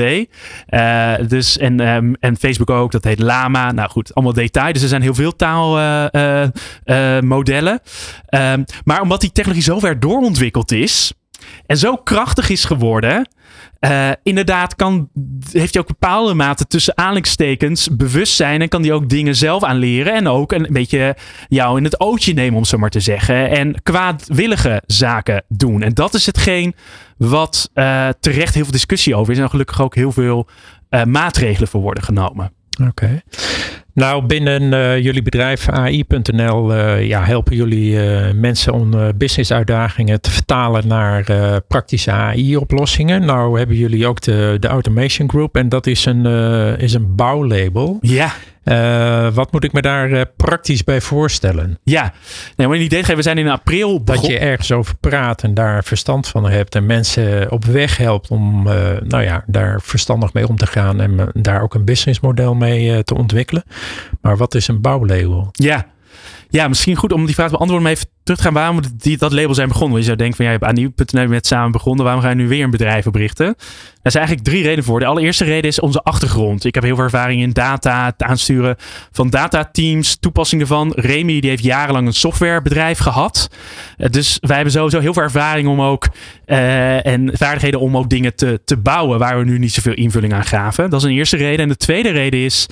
Uh, dus, en, um, en Facebook ook, dat heet Llama. Nou goed, allemaal detail. Dus er zijn heel veel taalmodellen. Uh, uh, modellen. um, maar omdat die technologie zo ver doorontwikkeld is en zo krachtig is geworden, Uh, inderdaad kan, heeft hij ook bepaalde mate tussen aanhalingstekens bewustzijn en kan die ook dingen zelf aanleren en ook een beetje jou in het ootje nemen, om zo maar te zeggen, en kwaadwillige zaken doen. En dat is hetgeen wat uh, terecht heel veel discussie over is en gelukkig ook heel veel uh, maatregelen voor worden genomen. Oké. Okay. Nou, binnen uh, jullie bedrijf A I punt N L uh, ja, helpen jullie uh, mensen om uh, businessuitdagingen te vertalen naar uh, praktische A I-oplossingen. Nou hebben jullie ook de, de Automation Group en dat is een, uh, is een bouwlabel. Ja. Uh, wat moet ik me daar uh, praktisch bij voorstellen? Ja, nee, maar een idee geven, we zijn in april begon... Dat je ergens over praat en daar verstand van hebt en mensen op weg helpt om uh, nou ja, daar verstandig mee om te gaan en uh, daar ook een businessmodel mee uh, te ontwikkelen. Maar wat is een bouwlabel? Ja. Ja, misschien goed om die vraag te beantwoorden, maar even terug te gaan waarom we die, dat label zijn begonnen. Je zou denken van, ja, je hebt A I punt N L met samen begonnen, waarom ga je nu weer een bedrijf oprichten? Daar zijn eigenlijk drie redenen voor. De allereerste reden is onze achtergrond. Ik heb heel veel ervaring in data, het aansturen van datateams, toepassingen van. Remy, die heeft jarenlang een softwarebedrijf gehad. Dus wij hebben sowieso heel veel ervaring om ook, uh, en vaardigheden om ook dingen te, te bouwen, waar we nu niet zoveel invulling aan gaven. Dat is een eerste reden. En de tweede reden is,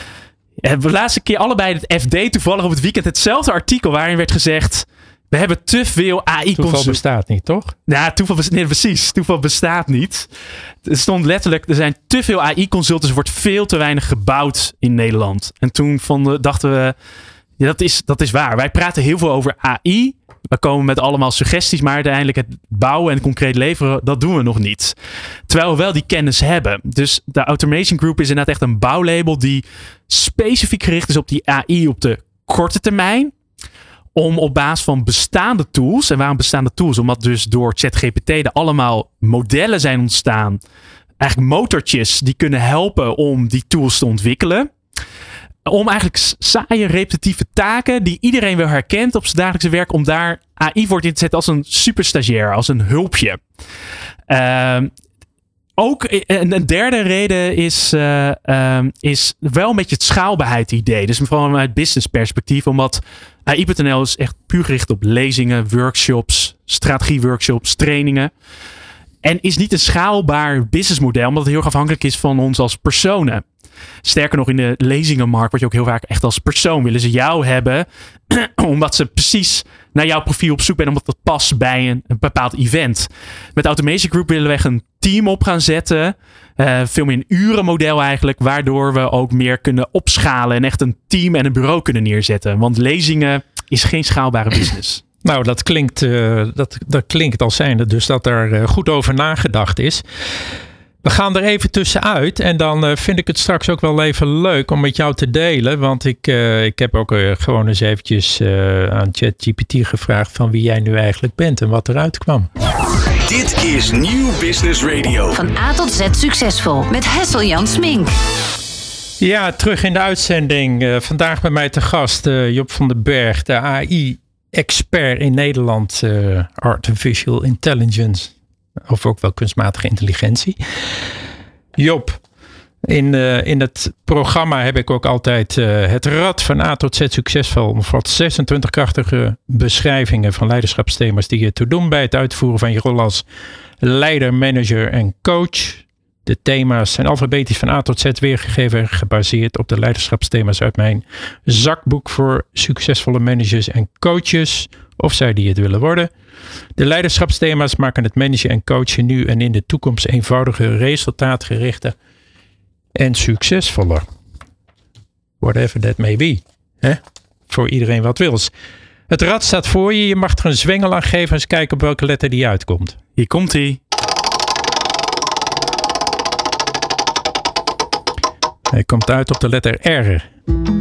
we hebben de laatste keer allebei het F D toevallig op het weekend hetzelfde artikel waarin werd gezegd, we hebben te veel A I-consulten. Toeval bestaat niet, toch? Ja, toeval bestaat, nee, precies. Toeval bestaat niet. Er stond letterlijk, er zijn te veel A I-consultants, er wordt veel te weinig gebouwd in Nederland. En toen vonden, dachten we, ja, dat is, dat is waar. Wij praten heel veel over A I. We komen met allemaal suggesties, maar uiteindelijk het bouwen en concreet leveren, dat doen we nog niet. Terwijl we wel die kennis hebben. Dus de Automation Group is inderdaad echt een bouwlabel die specifiek gericht is op die A I op de korte termijn. Om op basis van bestaande tools, en waarom bestaande tools? Omdat dus door ChatGPT er allemaal modellen zijn ontstaan. Eigenlijk motortjes die kunnen helpen om die tools te ontwikkelen. Om eigenlijk saaie, repetitieve taken die iedereen wel herkent op zijn dagelijkse werk, om daar A I voor in te zetten als een superstagiair, als een hulpje. Uh, ook een derde reden is, uh, uh, is wel een beetje het schaalbaarheid idee. Dus vooral vanuit business perspectief, omdat A I punt N L is echt puur gericht op lezingen, workshops, strategieworkshops, trainingen. En is niet een schaalbaar businessmodel, omdat het heel erg afhankelijk is van ons als personen. Sterker nog, in de lezingenmarkt word je ook heel vaak echt als persoon. Willen ze jou hebben, omdat ze precies naar jouw profiel op zoek zijn, omdat dat past bij een, een bepaald event. Met Automation Group willen we echt een team op gaan zetten. Uh, veel meer een urenmodel eigenlijk, waardoor we ook meer kunnen opschalen en echt een team en een bureau kunnen neerzetten. Want lezingen is geen schaalbare business. Nou, dat klinkt, uh, dat, dat klinkt als zijnde dus dat er uh, goed over nagedacht is. We gaan er even tussenuit en dan uh, vind ik het straks ook wel even leuk om met jou te delen. Want ik, uh, ik heb ook uh, gewoon eens eventjes uh, aan ChatGPT gevraagd van wie jij nu eigenlijk bent en wat eruit kwam. Dit is Nieuw Business Radio. Van A tot Z succesvol met Hessel-Jan Smink. Ja, terug in de uitzending. Uh, vandaag bij mij te gast uh, Job van den Berg, de A I-expert in Nederland, uh, Artificial Intelligence. Of ook wel kunstmatige intelligentie. Job, in, uh, in het programma heb ik ook altijd uh, het Rad van A tot Z succesvol. Omvat zesentwintig krachtige beschrijvingen van leiderschapsthema's die je te doen bij het uitvoeren van je rol als leider, manager en coach. De thema's zijn alfabetisch van A tot Z weergegeven en gebaseerd op de leiderschapsthema's uit mijn zakboek voor succesvolle managers en coaches, of zij die het willen worden. De leiderschapsthema's maken het managen en coachen nu en in de toekomst eenvoudiger, resultaatgerichter en succesvoller. Whatever that may be. Hè? Voor iedereen wat wils. Het rad staat voor je. Je mag er een zwengel aan geven. Eens kijken op welke letter die uitkomt. Hier komt hij. Hij komt uit op de letter R.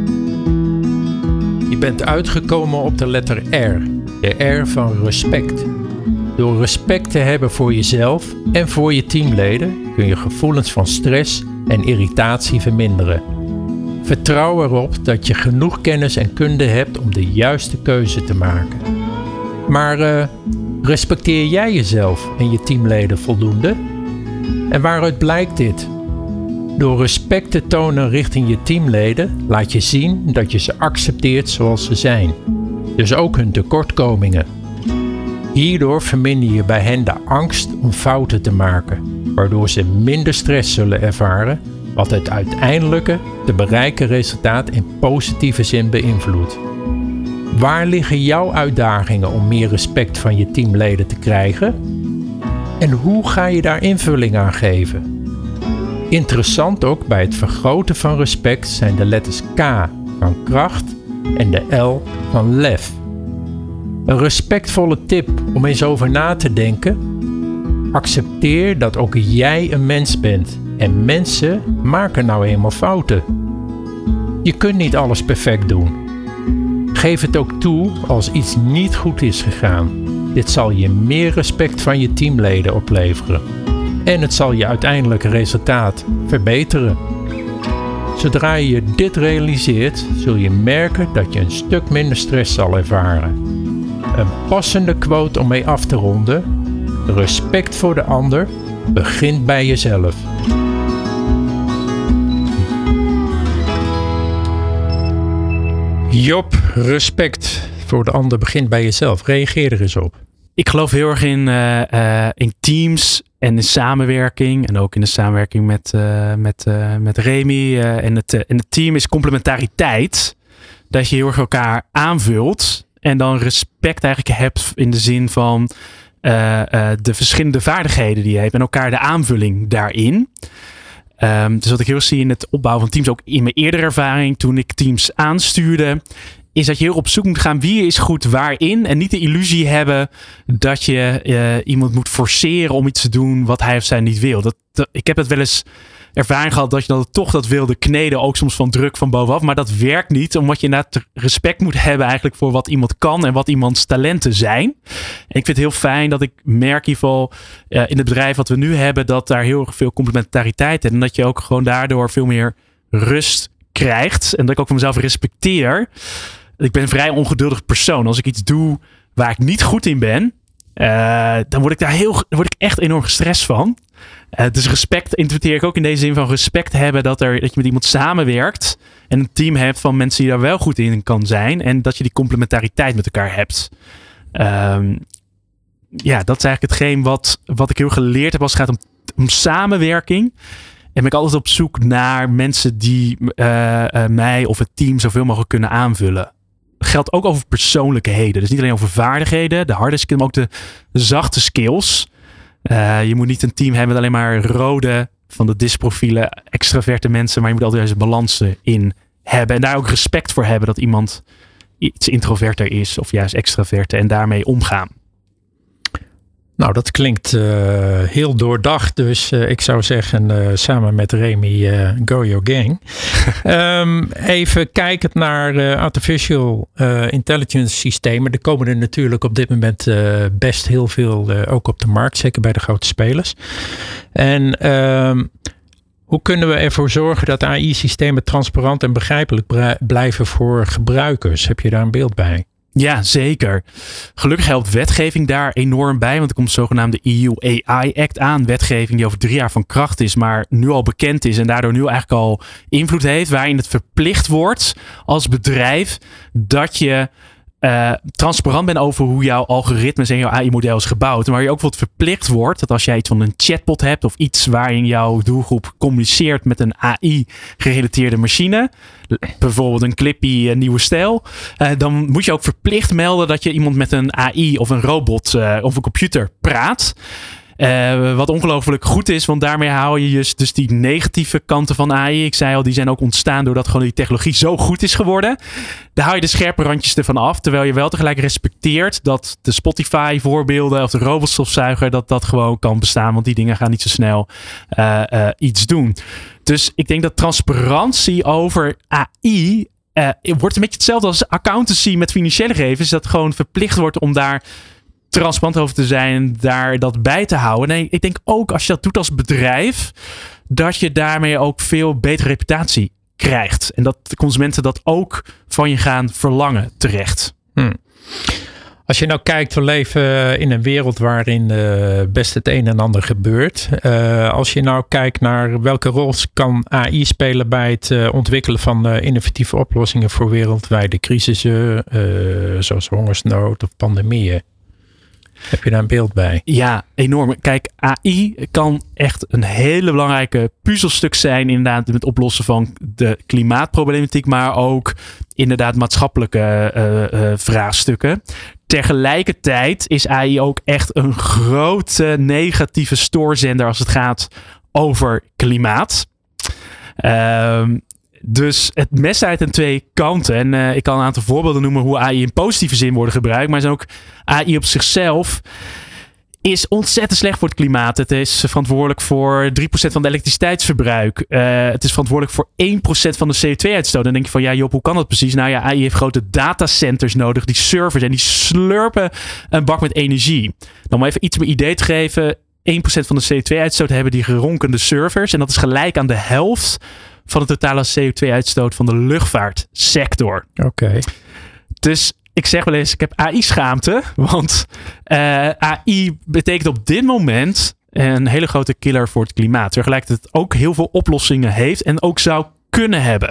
Je bent uitgekomen op de letter R. De R van respect. Door respect te hebben voor jezelf en voor je teamleden kun je gevoelens van stress en irritatie verminderen. Vertrouw erop dat je genoeg kennis en kunde hebt om de juiste keuze te maken. Maar uh, respecteer jij jezelf en je teamleden voldoende? En waaruit blijkt dit? Door respect te tonen richting je teamleden laat je zien dat je ze accepteert zoals ze zijn. Dus ook hun tekortkomingen. Hierdoor verminder je bij hen de angst om fouten te maken, waardoor ze minder stress zullen ervaren, wat het uiteindelijke te bereiken resultaat in positieve zin beïnvloedt. Waar liggen jouw uitdagingen om meer respect van je teamleden te krijgen? En hoe ga je daar invulling aan geven? Interessant ook bij het vergroten van respect zijn de letters K van kracht en de L van lef. Een respectvolle tip om eens over na te denken. Accepteer dat ook jij een mens bent en mensen maken nou eenmaal fouten. Je kunt niet alles perfect doen. Geef het ook toe als iets niet goed is gegaan. Dit zal je meer respect van je teamleden opleveren. En het zal je uiteindelijke resultaat verbeteren. Zodra je dit realiseert, zul je merken dat je een stuk minder stress zal ervaren. Een passende quote om mee af te ronden. Respect voor de ander begint bij jezelf. Job, respect voor de ander begint bij jezelf. Reageer er eens op. Ik geloof heel erg in, uh, uh, in teams en in samenwerking. En ook in de samenwerking met, uh, met, uh, met Remy. Uh, en, het, uh, en het team is complementariteit. Dat je heel erg elkaar aanvult. En dan respect eigenlijk hebt in de zin van uh, uh, de verschillende vaardigheden die je hebt. En elkaar de aanvulling daarin. Um, dus wat ik heel zie in het opbouwen van teams, ook in mijn eerdere ervaring toen ik teams aanstuurde, is dat je heel op zoek moet gaan wie is goed waarin. En niet de illusie hebben dat je uh, iemand moet forceren om iets te doen wat hij of zij niet wil. Dat, dat, ik heb het wel eens ervaring gehad dat je dan toch dat wilde kneden, ook soms van druk van bovenaf. Maar dat werkt niet, omdat je inderdaad respect moet hebben eigenlijk voor wat iemand kan en wat iemands talenten zijn. En ik vind het heel fijn dat ik merk in ieder geval uh, in het bedrijf wat we nu hebben, dat daar heel erg veel complementariteit is. En dat je ook gewoon daardoor veel meer rust krijgt. En dat ik ook van mezelf respecteer. Ik ben een vrij ongeduldig persoon. Als ik iets doe waar ik niet goed in ben, uh, dan word ik daar heel, dan word ik echt enorm gestrest van. Uh, dus respect interpreteer ik ook in deze zin van respect hebben dat, er, dat je met iemand samenwerkt en een team hebt van mensen die daar wel goed in kan zijn en dat je die complementariteit met elkaar hebt. Um, ja, dat is eigenlijk hetgeen wat, wat ik heel geleerd heb als het gaat om, om samenwerking. En ben ik altijd op zoek naar mensen die uh, uh, mij of het team zoveel mogelijk kunnen aanvullen. Dat geldt ook over persoonlijkheden. Dus niet alleen over vaardigheden, de harde skills, maar ook de, de zachte skills. Uh, je moet niet een team hebben met alleen maar rode van de disprofielen, extraverte mensen. Maar je moet altijd deze balansen in hebben. En daar ook respect voor hebben dat iemand iets introverter is of juist extraverter en daarmee omgaan. Nou, dat klinkt uh, heel doordacht. Dus uh, ik zou zeggen, uh, samen met Remy, uh, go your gang. um, even kijkend naar uh, artificial uh, intelligence systemen. Er komen er natuurlijk op dit moment uh, best heel veel uh, ook op de markt. Zeker bij de grote spelers. En um, hoe kunnen we ervoor zorgen dat A I-systemen transparant en begrijpelijk bra- blijven voor gebruikers? Heb je daar een beeld bij? Ja, zeker. Gelukkig helpt wetgeving daar enorm bij. Want er komt de zogenaamde E U A I Act aan. Wetgeving die over drie jaar van kracht is, maar nu al bekend is. En daardoor nu eigenlijk al invloed heeft. Waarin het verplicht wordt als bedrijf dat je uh, transparant bent over hoe jouw algoritmes en jouw A I-model is gebouwd. En waar je ook bijvoorbeeld verplicht wordt dat als jij iets van een chatbot hebt of iets waarin jouw doelgroep communiceert met een A I-gerelateerde machine, bijvoorbeeld een Clippy een nieuwe stijl, uh, dan moet je ook verplicht melden dat je iemand met een A I of een robot uh, of een computer praat. Uh, wat ongelooflijk goed is, want daarmee haal je dus, dus die negatieve kanten van A I. Ik zei al, die zijn ook ontstaan doordat gewoon die technologie zo goed is geworden. Daar haal je de scherpe randjes ervan af, terwijl je wel tegelijk respecteert dat de Spotify voorbeelden of de robotstofzuiger, dat dat gewoon kan bestaan, want die dingen gaan niet zo snel uh, uh, iets doen. Dus ik denk dat transparantie over A I uh, wordt een beetje hetzelfde als accountancy met financiële gegevens, dat gewoon verplicht wordt om daar transparant over te zijn, daar dat bij te houden. Nee, ik denk ook als je dat doet als bedrijf, dat je daarmee ook veel betere reputatie krijgt. En dat de consumenten dat ook van je gaan verlangen terecht. Hmm. Als je nou kijkt, we leven in een wereld waarin uh, best het een en ander gebeurt. Uh, als je nou kijkt naar welke rol kan A I spelen bij het uh, ontwikkelen van uh, innovatieve oplossingen voor wereldwijde crisissen, uh, zoals hongersnood of pandemieën. Heb je daar een beeld bij? Ja, enorm. Kijk, A I kan echt een hele belangrijke puzzelstuk zijn inderdaad met het oplossen van de klimaatproblematiek, maar ook inderdaad maatschappelijke uh, uh, vraagstukken. Tegelijkertijd is A I ook echt een grote negatieve stoorzender als het gaat over klimaat. Um, Dus het mes uit aan twee kanten. En uh, ik kan een aantal voorbeelden noemen hoe A I in positieve zin worden gebruikt. Maar zijn ook A I op zichzelf is ontzettend slecht voor het klimaat. Het is verantwoordelijk voor drie procent van het elektriciteitsverbruik. Uh, het is verantwoordelijk voor één procent van de C O twee uitstoot. Dan denk je van, ja Job, hoe kan dat precies? Nou ja, A I heeft grote datacenters nodig. Die servers en die slurpen een bak met energie. Dan maar even iets meer idee te geven. één procent van de C O twee uitstoot hebben die geronkende servers. En dat is gelijk aan de helft van de totale C O twee uitstoot van de luchtvaartsector. Oké. Okay. Dus ik zeg wel eens, ik heb A I-schaamte. Want uh, A I betekent op dit moment een hele grote killer voor het klimaat. Tegelijkertijd het ook heel veel oplossingen heeft en ook zou kunnen hebben.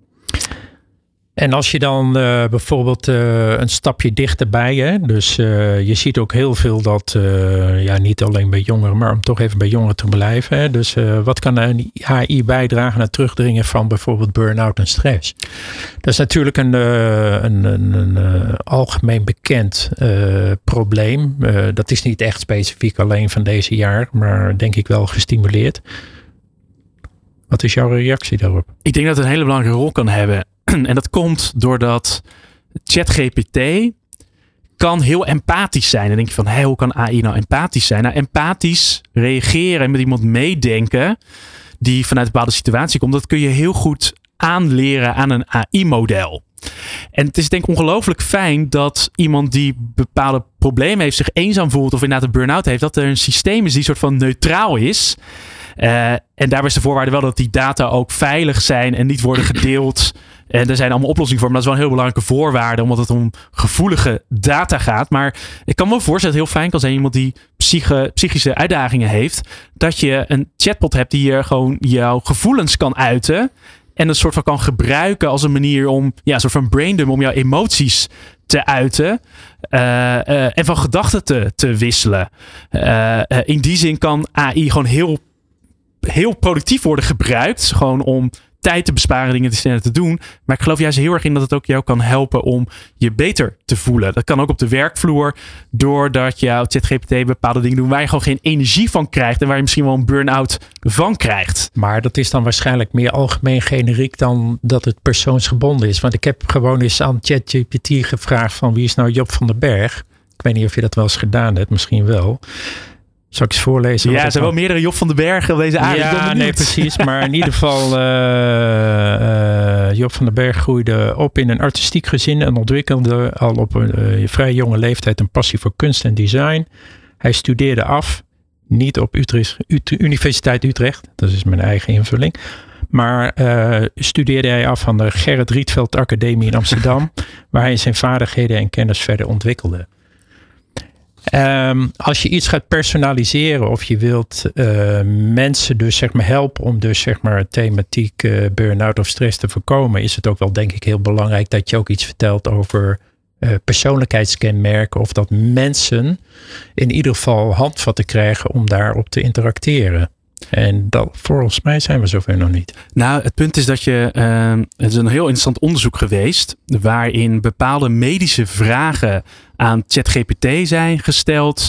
En als je dan uh, bijvoorbeeld uh, een stapje dichterbij, hè? Dus uh, je ziet ook heel veel dat, uh, ja, niet alleen bij jongeren, maar om toch even bij jongeren te blijven. Hè? Dus uh, wat kan een A I bijdragen aan het terugdringen van bijvoorbeeld burn-out en stress? Dat is natuurlijk een, uh, een, een, een uh, algemeen bekend uh, probleem. Uh, dat is niet echt specifiek alleen van deze jaar, maar denk ik wel gestimuleerd. Wat is jouw reactie daarop? Ik denk dat het een hele belangrijke rol kan hebben. En dat komt doordat ChatGPT kan heel empathisch zijn. En dan denk je van, hé, hoe kan A I nou empathisch zijn? Nou, empathisch reageren en met iemand meedenken die vanuit een bepaalde situatie komt, dat kun je heel goed aanleren aan een A I-model. En het is denk ik ongelooflijk fijn dat iemand die bepaalde problemen heeft, zich eenzaam voelt of inderdaad een burn-out heeft, dat er een systeem is die soort van neutraal is. Uh, en daarbij is de voorwaarde wel dat die data ook veilig zijn en niet worden gedeeld. En er zijn allemaal oplossingen voor, maar dat is wel een heel belangrijke voorwaarde, omdat het om gevoelige data gaat. Maar ik kan me voorstellen dat het heel fijn kan zijn, iemand die psyche, psychische uitdagingen heeft, dat je een chatbot hebt die je gewoon jouw gevoelens kan uiten en een soort van kan gebruiken als een manier om, ja, een soort van braindump om jouw emoties te uiten uh, uh, en van gedachten te, te wisselen. Uh, uh, in die zin kan A I gewoon heel heel productief worden gebruikt. Gewoon om tijd te besparen, dingen te sneller te doen. Maar ik geloof juist heel erg in dat het ook jou kan helpen om je beter te voelen. Dat kan ook op de werkvloer. Doordat jouw ChatGPT bepaalde dingen doet waar je gewoon geen energie van krijgt. En waar je misschien wel een burn-out van krijgt. Maar dat is dan waarschijnlijk meer algemeen generiek dan dat het persoonsgebonden is. Want ik heb gewoon eens aan ChatGPT gevraagd van wie is nou Job van den Berg? Ik weet niet of je dat wel eens gedaan hebt. Misschien wel. Zal ik eens voorlezen? Ja, er zijn wel meerdere Job van den Berg op deze aarde. Ja, nee, precies. Maar in ieder geval, uh, uh, Job van den Berg groeide op in een artistiek gezin en ontwikkelde al op een uh, vrij jonge leeftijd een passie voor kunst en design. Hij studeerde af, niet op Utrecht, Ut- Universiteit Utrecht, dat is mijn eigen invulling. Maar uh, studeerde hij af aan de Gerrit Rietveld Academie in Amsterdam, waar hij zijn vaardigheden en kennis verder ontwikkelde. Um, als je iets gaat personaliseren of je wilt uh, mensen dus zeg maar helpen om dus zeg maar thematiek uh, burn-out of stress te voorkomen, is het ook wel denk ik heel belangrijk dat je ook iets vertelt over uh, persoonlijkheidskenmerken of dat mensen in ieder geval handvatten krijgen om daarop te interacteren. En dat, volgens mij zijn we zover nog niet. Nou, het punt is dat je, uh, het is een heel interessant onderzoek geweest, waarin bepaalde medische vragen aan ChatGPT zijn gesteld,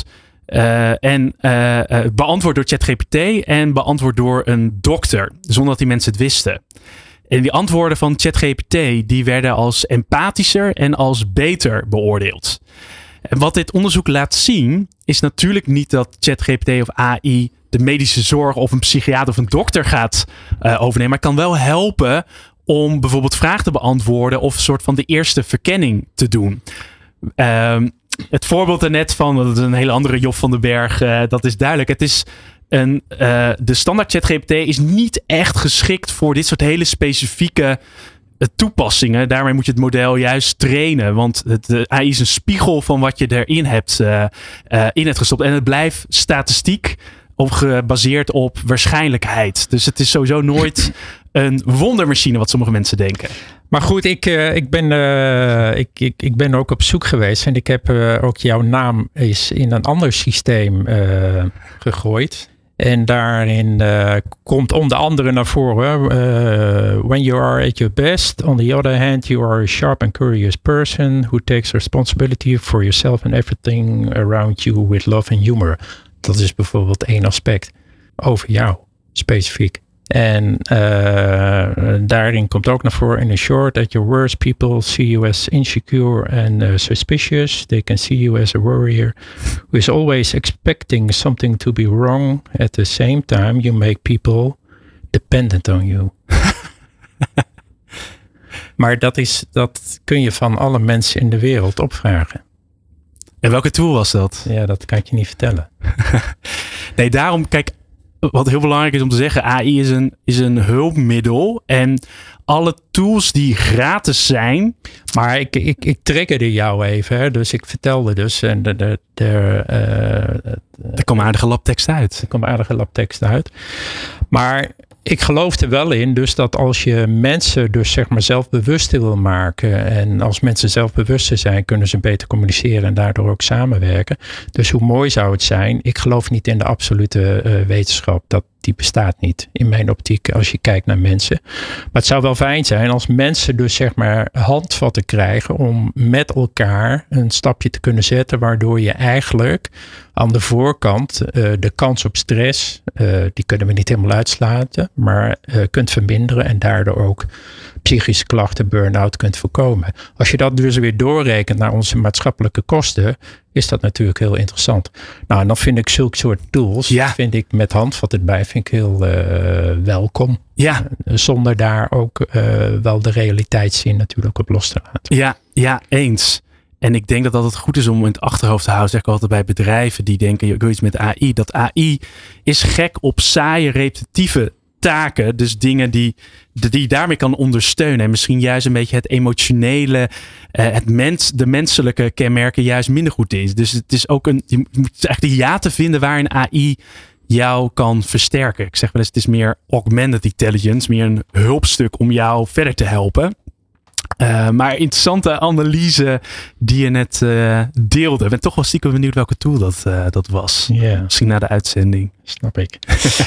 Uh, en uh, uh, beantwoord door ChatGPT en beantwoord door een dokter. Zonder dat die mensen het wisten. En die antwoorden van ChatGPT die werden als empathischer en als beter beoordeeld. En wat dit onderzoek laat zien is natuurlijk niet dat ChatGPT of A I de medische zorg of een psychiater of een dokter gaat uh, overnemen. Maar kan wel helpen om bijvoorbeeld vragen te beantwoorden of een soort van de eerste verkenning te doen. Um, het voorbeeld daarnet van, dat is een hele andere Job van den Berg, uh, dat is duidelijk. Het is een, uh, de standaard ChatGPT is niet echt geschikt voor dit soort hele specifieke uh, toepassingen. Daarmee moet je het model juist trainen. Want het, de A I is een spiegel van wat je erin hebt, uh, uh, in hebt gestopt. En het blijft statistiek op, gebaseerd op waarschijnlijkheid. Dus het is sowieso nooit een wondermachine wat sommige mensen denken. Maar goed, ik, uh, ik, ben, uh, ik, ik, ik ben ook op zoek geweest. En ik heb uh, ook jouw naam is in een ander systeem uh, gegooid. En daarin uh, komt onder andere naar voren. Uh, when you are at your best. On the other hand, you are a sharp and curious person. Who takes responsibility for yourself and everything around you with love and humor. Dat is bijvoorbeeld één aspect over jou, specifiek. En uh, daarin komt ook naar voren. In a short, at your worst, people see you as insecure and uh, suspicious. They can see you as a warrior who is always expecting something to be wrong. At the same time, you make people dependent on you. Maar dat, is, dat kun je van alle mensen in de wereld opvragen. En welke tool was dat? Ja, dat kan ik je niet vertellen. Nee, daarom, kijk, wat heel belangrijk is om te zeggen, A I is een, is een hulpmiddel. En alle tools die gratis zijn. Maar ik, ik, ik triggerde jou even, hè? Dus ik vertelde dus. En de, de, de, uh, er kwam aardige labtekst uit. Er kwam aardige labtekst uit. Maar ik geloof er wel in, dus dat als je mensen dus zeg maar zelfbewuster wil maken. En als mensen zelfbewuster zijn, kunnen ze beter communiceren en daardoor ook samenwerken. Dus hoe mooi zou het zijn? Ik geloof niet in de absolute uh, wetenschap. Dat die bestaat niet in mijn optiek als je kijkt naar mensen. Maar het zou wel fijn zijn als mensen dus zeg maar handvatten krijgen om met elkaar een stapje te kunnen zetten, waardoor je eigenlijk aan de voorkant uh, de kans op stress, uh, die kunnen we niet helemaal uitsluiten, maar uh, kunt verminderen en daardoor ook psychische klachten, burn-out kunt voorkomen. Als je dat dus weer doorrekent naar onze maatschappelijke kosten, is dat natuurlijk heel interessant. Nou, en dan vind ik zulke soort tools, ja. vind ik met handvat erbij, vind ik heel uh, welkom. Ja. Uh, zonder daar ook uh, wel de realiteitszin natuurlijk op los te laten. Ja, ja, eens. En ik denk dat dat het goed is om in het achterhoofd te houden, zeg ik altijd bij bedrijven die denken, ik wil iets met A I. Dat A I is gek op saaie, repetitieve taken. Dus dingen die, die je daarmee kan ondersteunen. En misschien juist een beetje het emotionele, uh, het mens, de menselijke kenmerken juist minder goed is. Dus het is ook een, je moet echt de ja te vinden waarin A I jou kan versterken. Ik zeg wel eens, het is meer augmented intelligence, meer een hulpstuk om jou verder te helpen. Uh, maar interessante analyse die je net uh, deelde. Ik ben toch wel stiekem benieuwd welke tool dat, uh, dat was. Yeah. Misschien na de uitzending. Snap ik.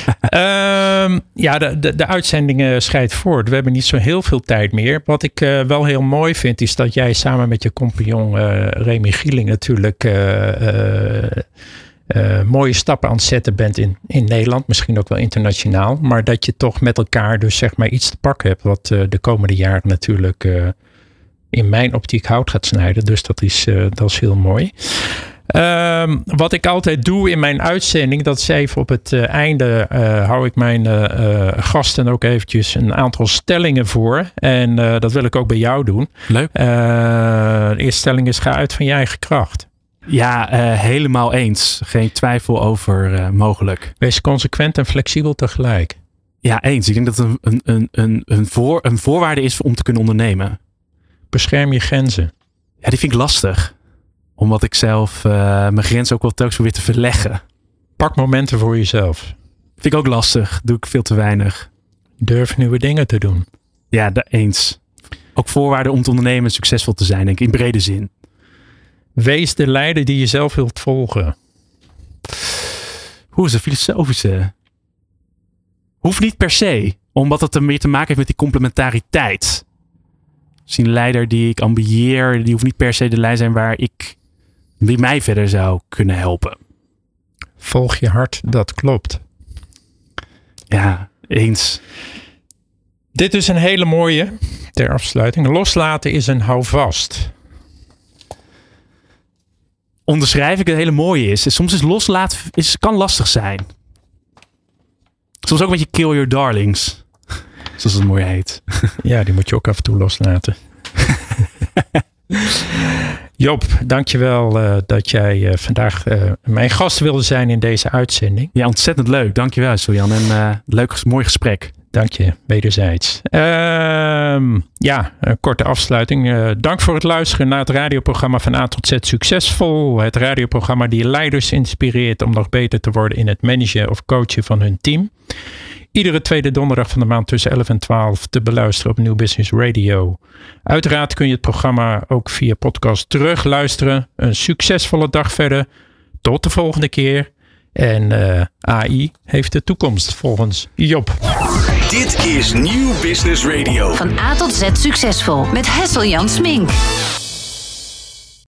um, ja, de, de, de uitzendingen scheidt voort. We hebben niet zo heel veel tijd meer. Wat ik uh, wel heel mooi vind is dat jij samen met je compagnon uh, Remy Gieling natuurlijk Uh, uh, Uh, mooie stappen aan het zetten bent in, in Nederland, misschien ook wel internationaal, maar dat je toch met elkaar dus zeg maar iets te pakken hebt wat uh, de komende jaren natuurlijk uh, in mijn optiek hout gaat snijden. Dus dat is, uh, dat is heel mooi. Um, wat ik altijd doe in mijn uitzending, dat is even op het uh, einde uh, hou ik mijn uh, uh, gasten ook eventjes een aantal stellingen voor. En uh, dat wil ik ook bij jou doen. Leuk. Uh, de eerste stelling is: ga uit van je eigen kracht. Ja, uh, helemaal eens. Geen twijfel over uh, mogelijk. Wees consequent en flexibel tegelijk. Ja, eens. Ik denk dat het een, een, een, een, voor, een voorwaarde is om te kunnen ondernemen. Bescherm je grenzen. Ja, die vind ik lastig. Omdat ik zelf uh, mijn grens ook wel telkens weer te verleggen. Pak momenten voor jezelf. Vind ik ook lastig. Doe ik veel te weinig. Durf nieuwe dingen te doen. Ja, daar eens. Ook voorwaarden om te ondernemen en succesvol te zijn, denk ik, in brede zin. Wees de leider die je zelf wilt volgen. Hoe is de filosofische? Hoeft niet per se. Omdat het er meer te maken heeft met die complementariteit. Dus een leider die ik ambieer, die hoeft niet per se de leider zijn waar ik, wie mij verder zou kunnen helpen. Volg je hart, dat klopt. Ja, eens. Dit is een hele mooie ter afsluiting. Loslaten is een houvast. Onderschrijf ik het hele mooie is. Soms is loslaten is, kan lastig zijn. Soms ook een beetje kill your darlings. Zoals het mooi heet. Ja, die moet je ook af en toe loslaten. Job, dankjewel uh, dat jij uh, vandaag uh, mijn gast wilde zijn in deze uitzending. Ja, ontzettend leuk. Dankjewel, Siljan. En uh, leuk, mooi gesprek. Dank je, wederzijds. Uh, ja, een korte afsluiting. Uh, dank voor het luisteren naar het radioprogramma van A tot Z Succesvol. Het radioprogramma die leiders inspireert om nog beter te worden in het managen of coachen van hun team. Iedere tweede donderdag van de maand tussen elf en twaalf te beluisteren op Nieuw Business Radio. Uiteraard kun je het programma ook via podcast terugluisteren. Een succesvolle dag verder. Tot de volgende keer. En uh, A I heeft de toekomst volgens Job. Dit is Nieuw Business Radio. Van A tot Z Succesvol met Hessel-Jan Smink.